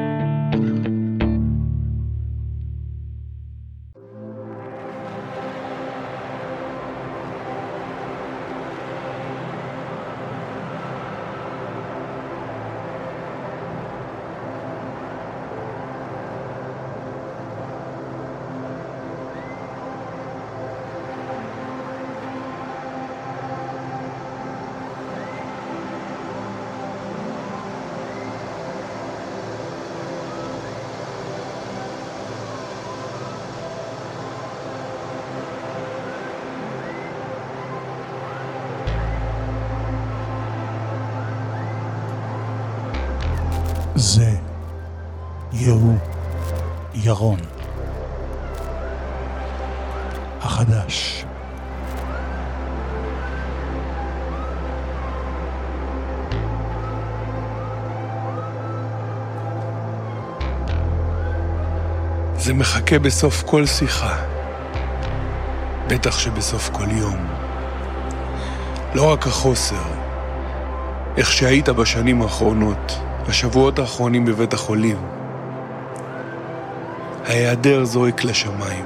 זה יהוא ירון החדש. זה מחכה בסוף כל שיחה, בטח שבסוף כל יום. לא רק החוסר, איך שהיית בשנים האחרונות, השבועות האחרונים בבית החולים. ההיעדר זועק לשמיים.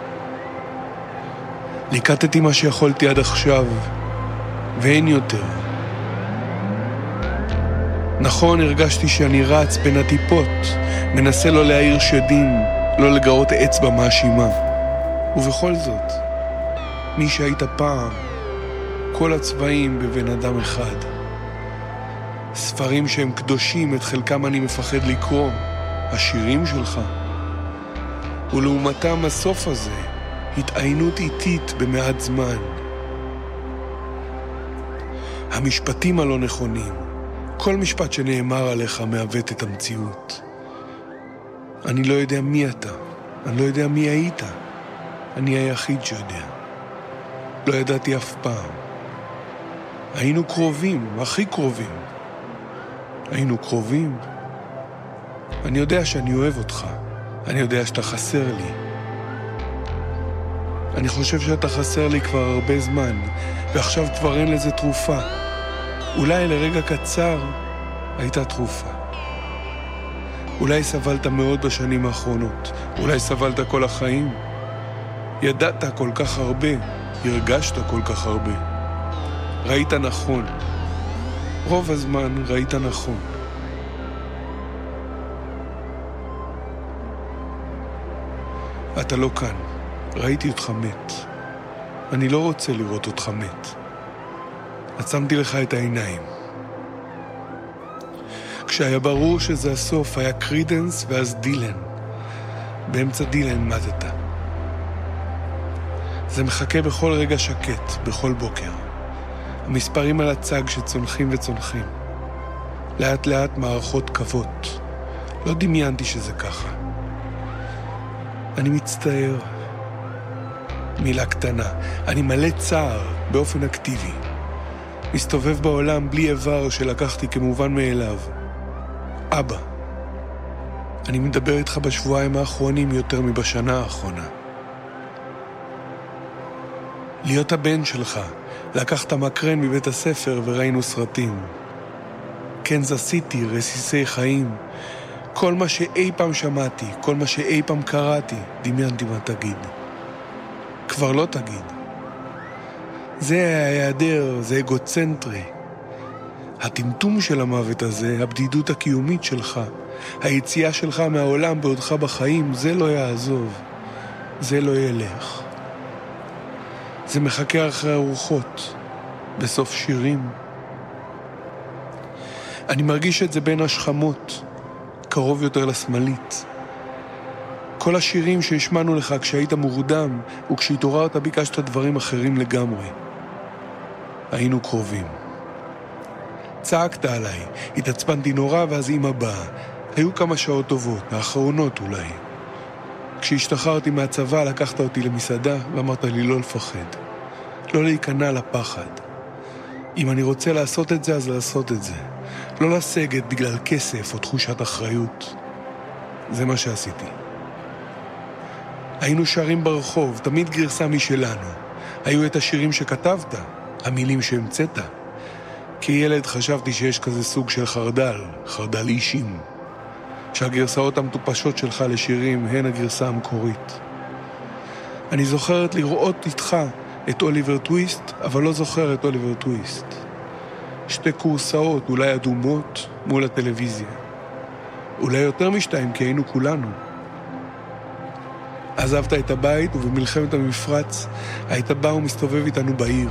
ליקטתי מה שיכולתי עד עכשיו, ואין יותר. נכון, הרגשתי שאני רץ בין הטיפות, מנסה לא להעיר שדים, לא לגרות אצבע מאשימה. ובכל זאת, מי שהיית פעם, כל הצבעים בבן אדם אחד. ספרים שהם קדושים, את חלקם אני מפחד לקרוא, השירים שלך. ולעומתם הסוף הזה, התעיינות איטית במעט זמן. המשפטים הלא נכונים, כל משפט שנאמר עליך מעוות את המציאות. אני לא יודע מי אתה, אני לא יודע מי היית. אני היחיד שיודע. לא ידעתי אף פעם. היינו קרובים, הכי קרובים. היינו קרובים. אני יודע שאני אוהב אותך. אני יודע שאתה חסר לי. אני חושב שאתה חסר לי כבר הרבה זמן, ועכשיו כבר אין לזה תרופה. אולי לרגע קצר הייתה תרופה. אולי סבלת מאוד בשנים האחרונות, אולי סבלת כל החיים. ידעת כל כך הרבה, הרגשת כל כך הרבה. ראית נכון. רוב הזמן ראית נכון. אתה לא כאן. ראיתי אותך מת. אני לא רוצה לראות אותך מת. עצמתי לך את העיניים. כשהיה ברור שזה הסוף, היה קרידנס ואז דילן. באמצע דילן מתת. זה מחכה בכל רגע שקט, בכל בוקר. המספרים על הצג שצונחים וצונחים. לאט לאט מערכות קוות. לא דמיינתי שזה ככה. אני מצטער. מילה קטנה. אני מלא צער באופן אקטיבי. מסתובב בעולם בלי איבר שלקחתי כמובן מאליו. אבא. אני מדבר איתך בשבועיים האחרונים יותר מבשנה האחרונה. להיות הבן שלך, לקחת מקרן מבית הספר וראינו סרטים. קנזס סיטי, רסיסי חיים. כל מה שאי פעם שמעתי, כל מה שאי פעם קראתי, דמיינתי מה תגיד. כבר לא תגיד. זה ההיעדר, זה אגוצנטרי. הטמטום של המוות הזה, הבדידות הקיומית שלך, היציאה שלך מהעולם בעודך בחיים, זה לא יעזוב. זה לא ילך. זה מחכה אחרי הרוחות, בסוף שירים. אני מרגיש את זה בין השכמות, קרוב יותר לשמאלית. כל השירים שהשמענו לך כשהיית מורדם, וכשהתעוררת ביקשת דברים אחרים לגמרי. היינו קרובים. צעקת עליי, התעצבנתי נורא ואז אמא באה. היו כמה שעות טובות, האחרונות אולי. כשהשתחררתי מהצבא לקחת אותי למסעדה ואמרת לי לא לפחד. לא להיכנע לפחד. אם אני רוצה לעשות את זה, אז לעשות את זה. לא לסגת בגלל כסף או תחושת אחריות. זה מה שעשיתי. היינו שרים ברחוב, תמיד גרסה משלנו. היו את השירים שכתבת, המילים שהמצאת. כילד חשבתי שיש כזה סוג של חרדל, חרדל אישים. שהגרסאות המטופשות שלך לשירים הן הגרסה המקורית. אני זוכרת לראות איתך את אוליבר טוויסט, אבל לא זוכר את אוליבר טוויסט. שתי קורסאות, אולי אדומות, מול הטלוויזיה. אולי יותר משתיים, כי היינו כולנו. עזבת את הבית, ובמלחמת המפרץ היית בא ומסתובב איתנו בעיר.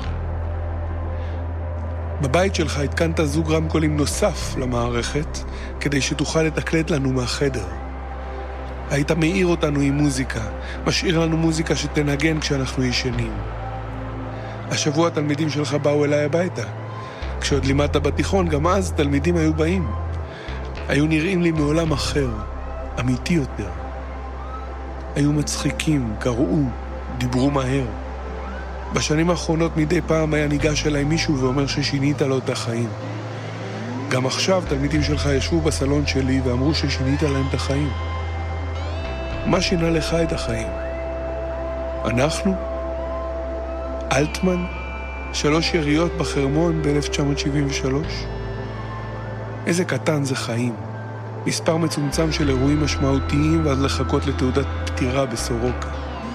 בבית שלך התקנת זוג רמקולים נוסף למערכת, כדי שתוכל לתקלט לנו מהחדר. היית מאיר אותנו עם מוזיקה, משאיר לנו מוזיקה שתנגן כשאנחנו ישנים. השבוע התלמידים שלך באו אליי הביתה. כשעוד לימדת בתיכון, גם אז תלמידים היו באים. היו נראים לי מעולם אחר, אמיתי יותר. היו מצחיקים, קראו, דיברו מהר. בשנים האחרונות מדי פעם היה ניגש אליי מישהו ואומר ששינית לו את החיים. גם עכשיו תלמידים שלך ישבו בסלון שלי ואמרו ששינית להם את החיים. מה שינה לך את החיים? אנחנו? אלטמן? 3 יריות בחרמון ב-1973? איזה קטן זה חיים. מספר מצומצם של אירועים משמעותיים ואז לחכות לתעודת פטירה בסורוקה.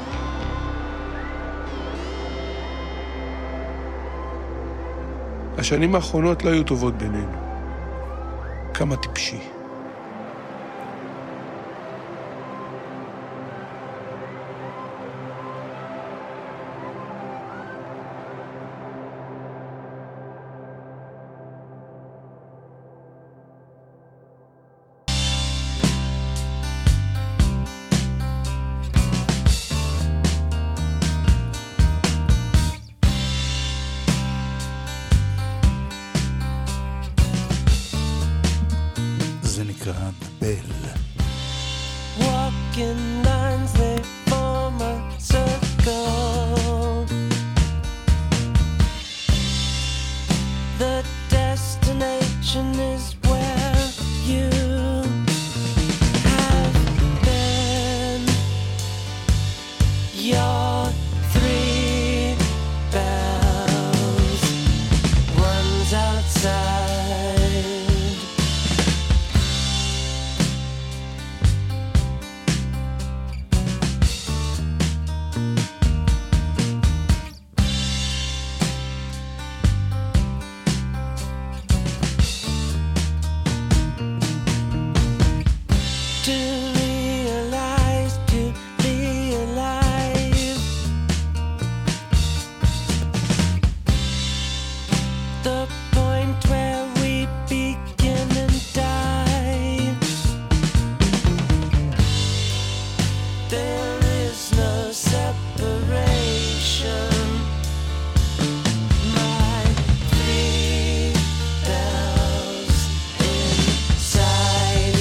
השנים האחרונות לא היו טובות בינינו. כמה טיפשי. the point where we begin and die. There is no separation. My freedom's inside.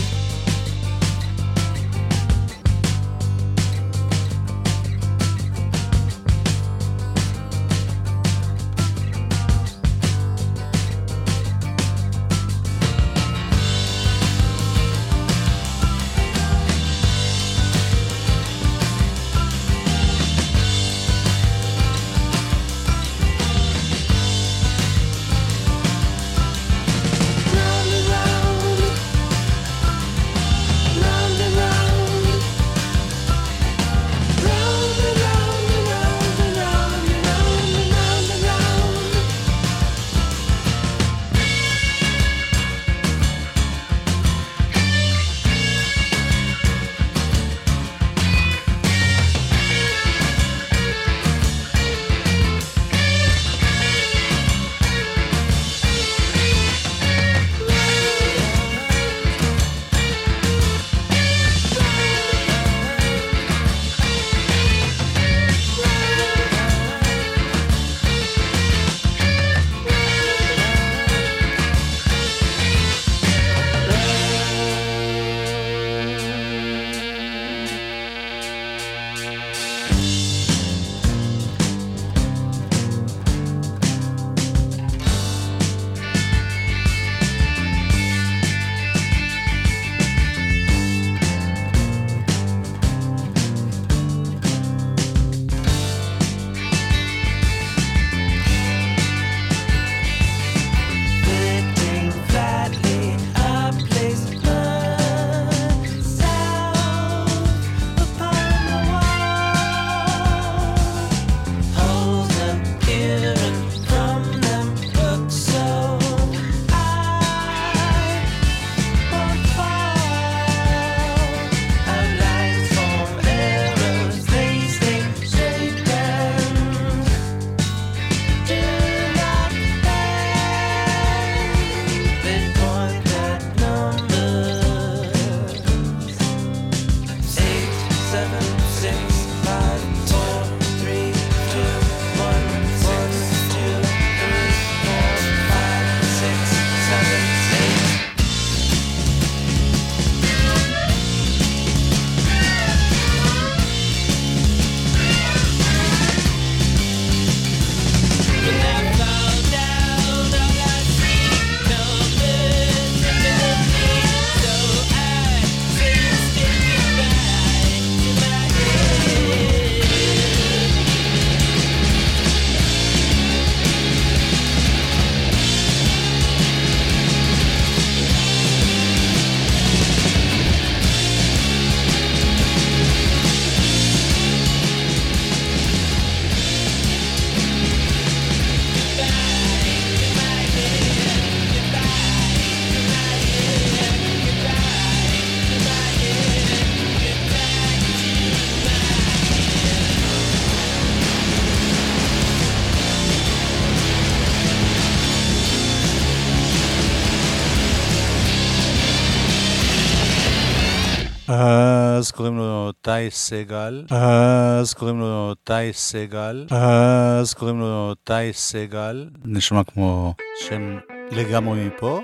אז קוראים לו טי סגל, אז קוראים לו טי סגל, אז קוראים לו טי סגל, נשמע כמו שם לגמרי מפה,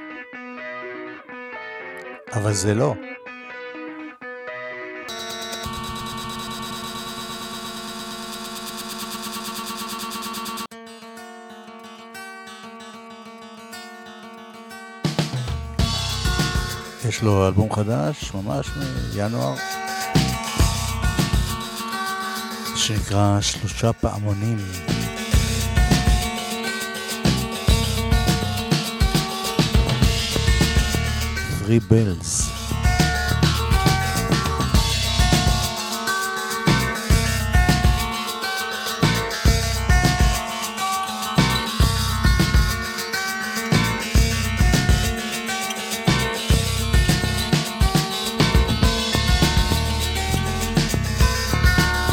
אבל זה לא. יש לו אלבום חדש, ממש מינואר, שנקרא 3 פעמונים. Three Bells.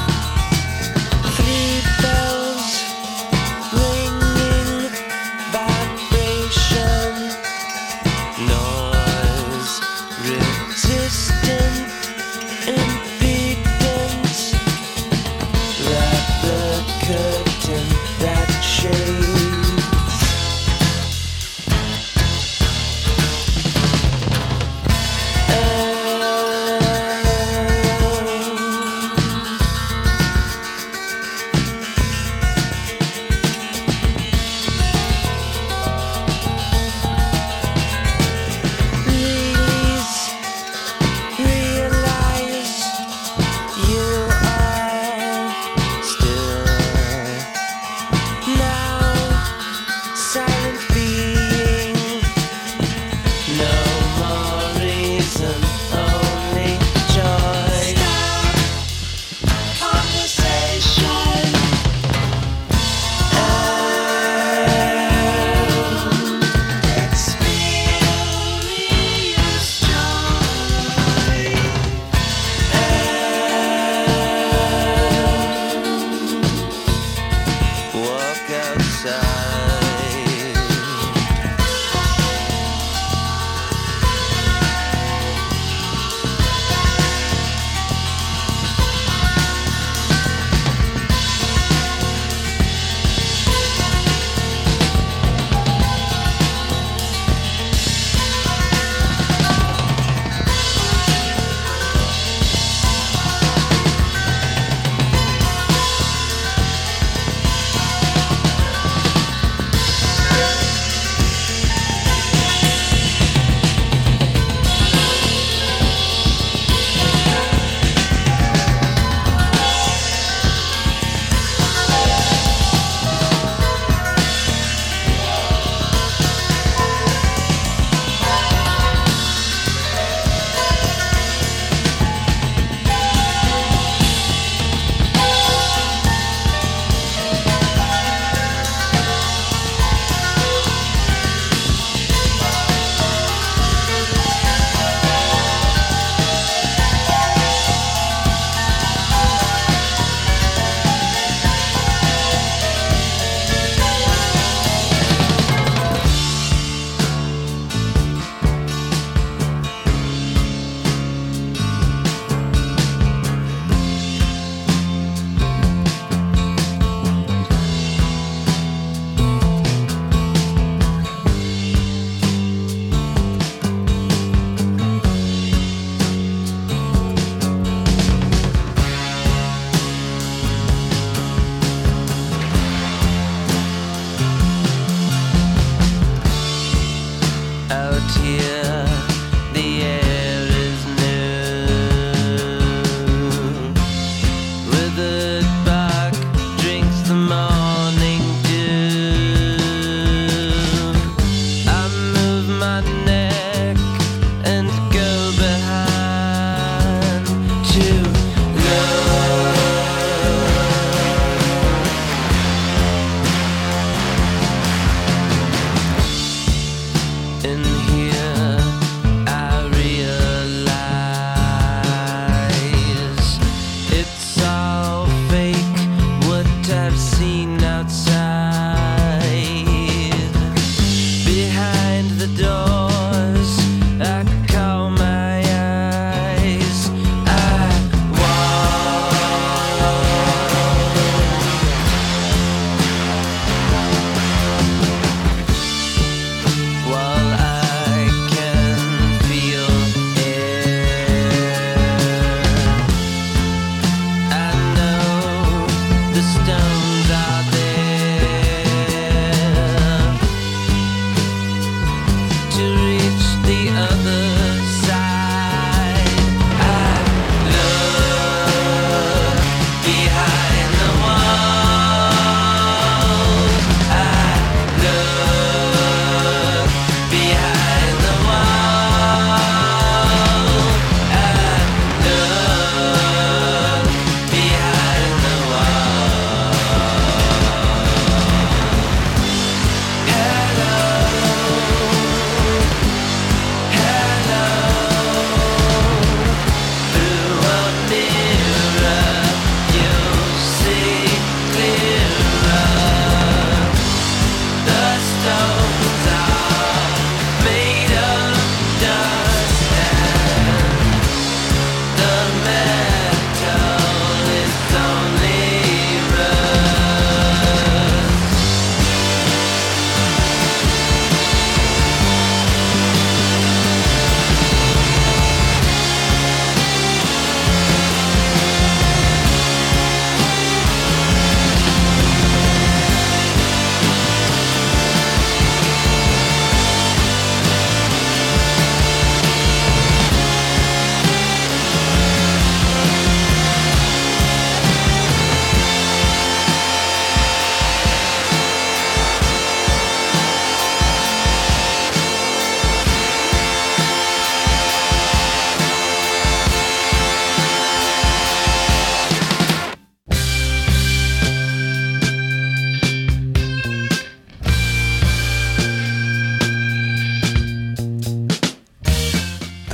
Three bells ringing back.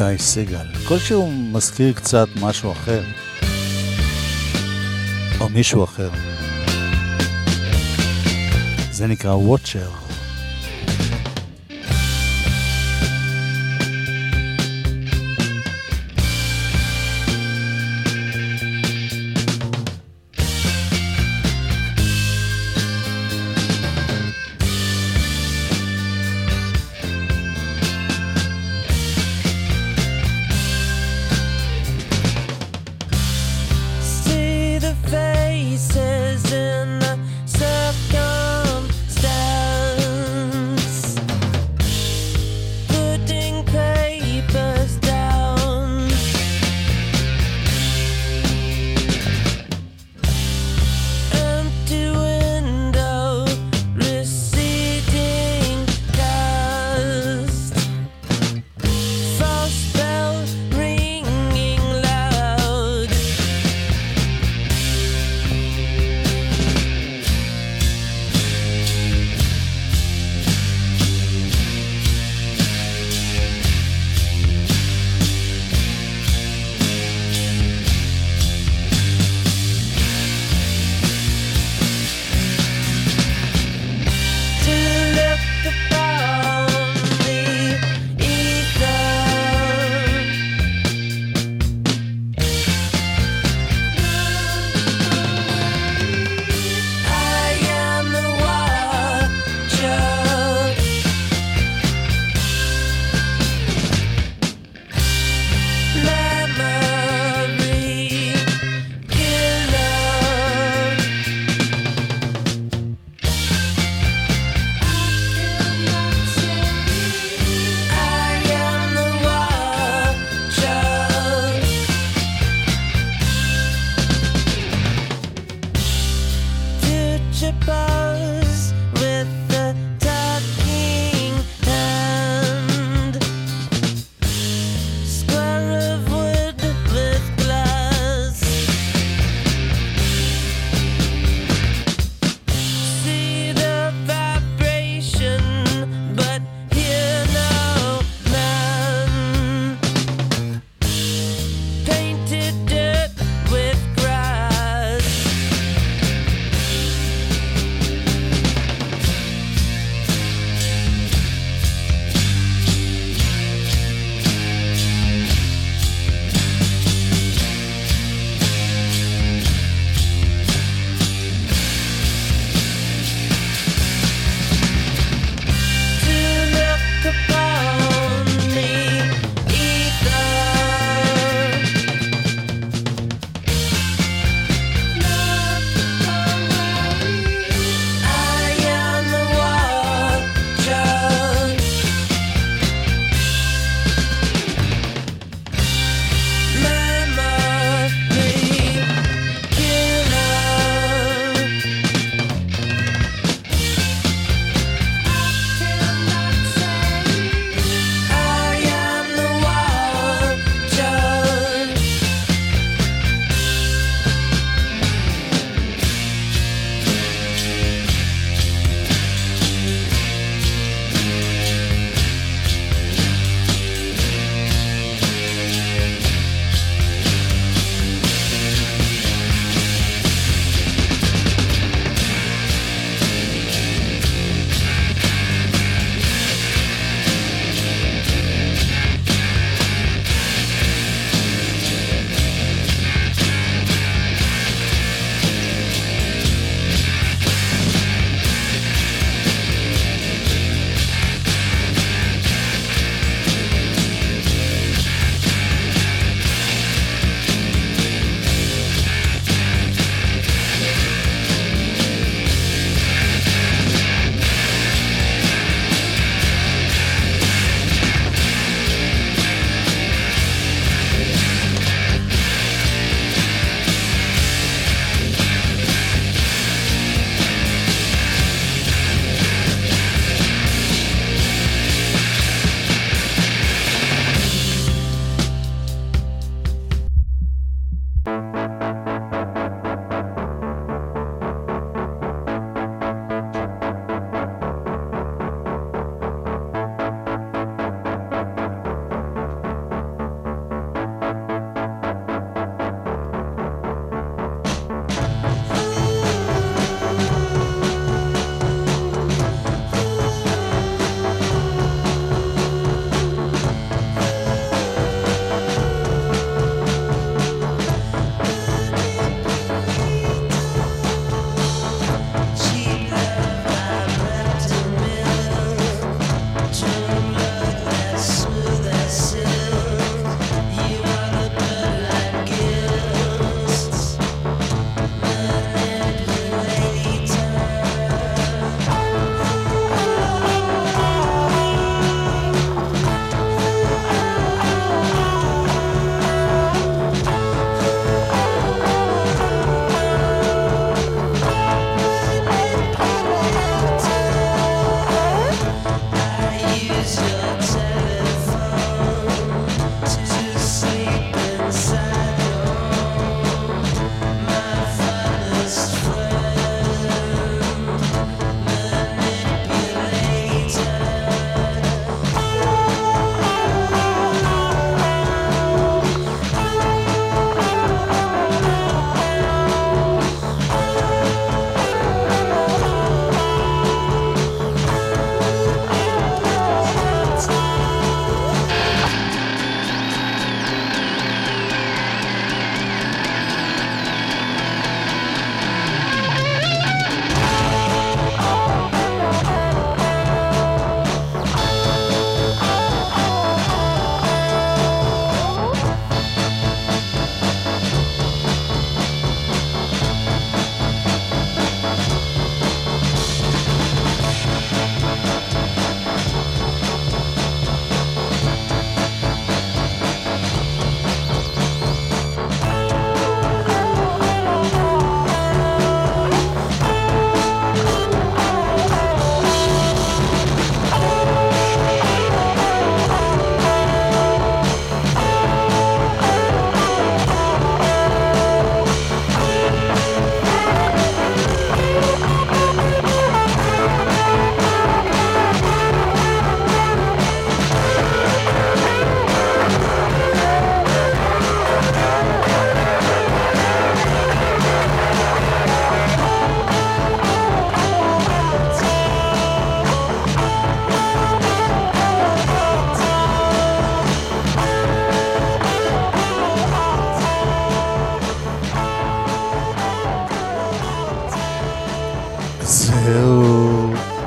איתי סיגל. כל שהוא מזכיר קצת משהו אחר, או מישהו אחר. זה נקרא וואצ'ר. Faces in the circumstance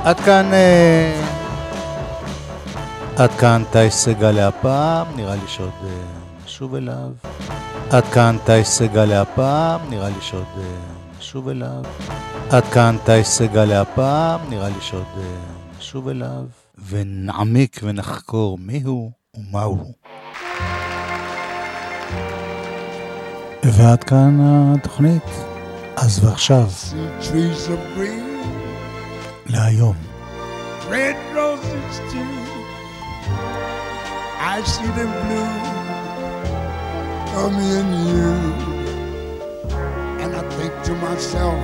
עד כאן טייס סגל להפעם, נראה לי שעוד נשוב אליו. עד כאן טייס סגל להפעם, נראה לי שעוד נשוב אליו. עד כאן טייס סגל להפעם, נראה לי שעוד נשוב אליו. ונעמיק ונחקור מיהו ומהו. ועד כאן התוכנית. אז ועכשיו להיום. Red roses too, I see them blue for me and you, and I think to myself,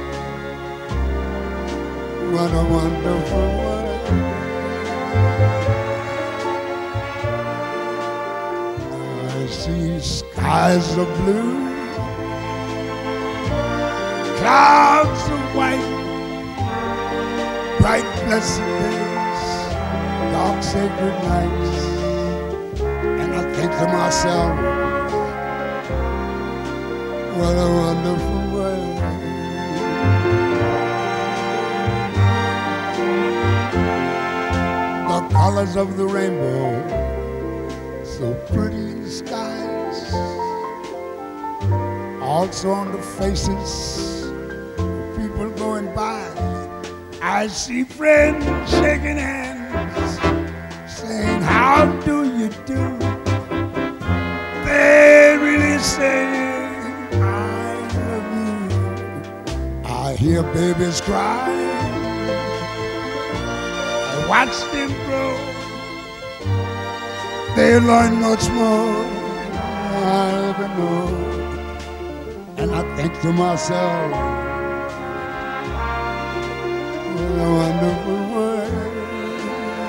what a wonderful world. I see skies of blue, clouds of white, bright blessed days, dark sacred nights, and I think to myself, what a wonderful world. The colors of the rainbow, so pretty in the skies, also on the faces of people going by. I see friends shaking hands, saying, how do you do? They're really saying, I love you. I hear babies cry, I watch them grow. They learn much more than I ever know. And I think to myself, a wonderful world.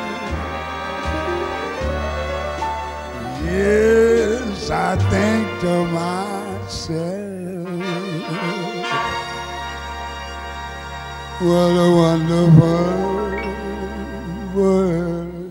Yes, I think to myself, what a wonderful world.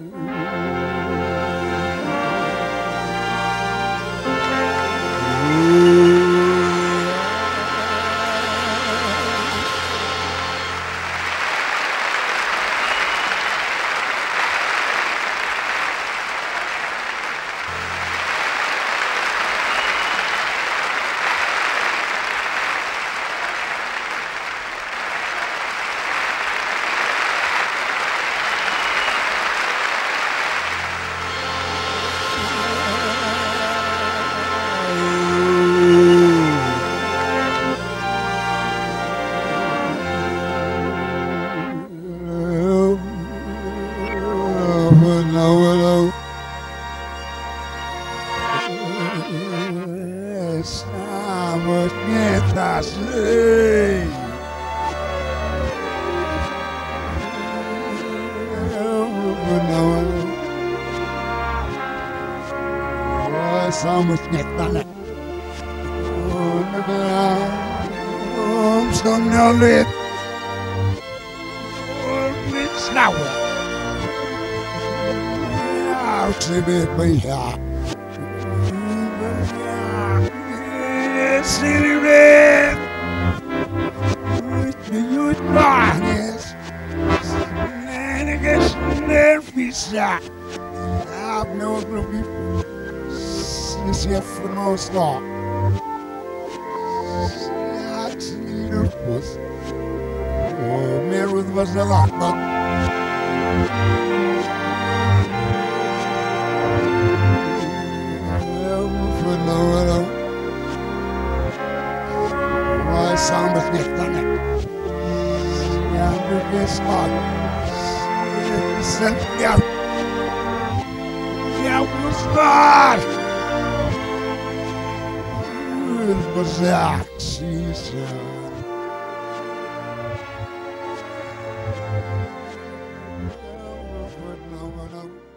City red, you darkness, and I guess every shot. I've known people since here for no start. I see the puss. Oh, Mary was a lot, but. Samen niet dan ik. Ja, nu is het. Ja, ja, was waar. Het was actie.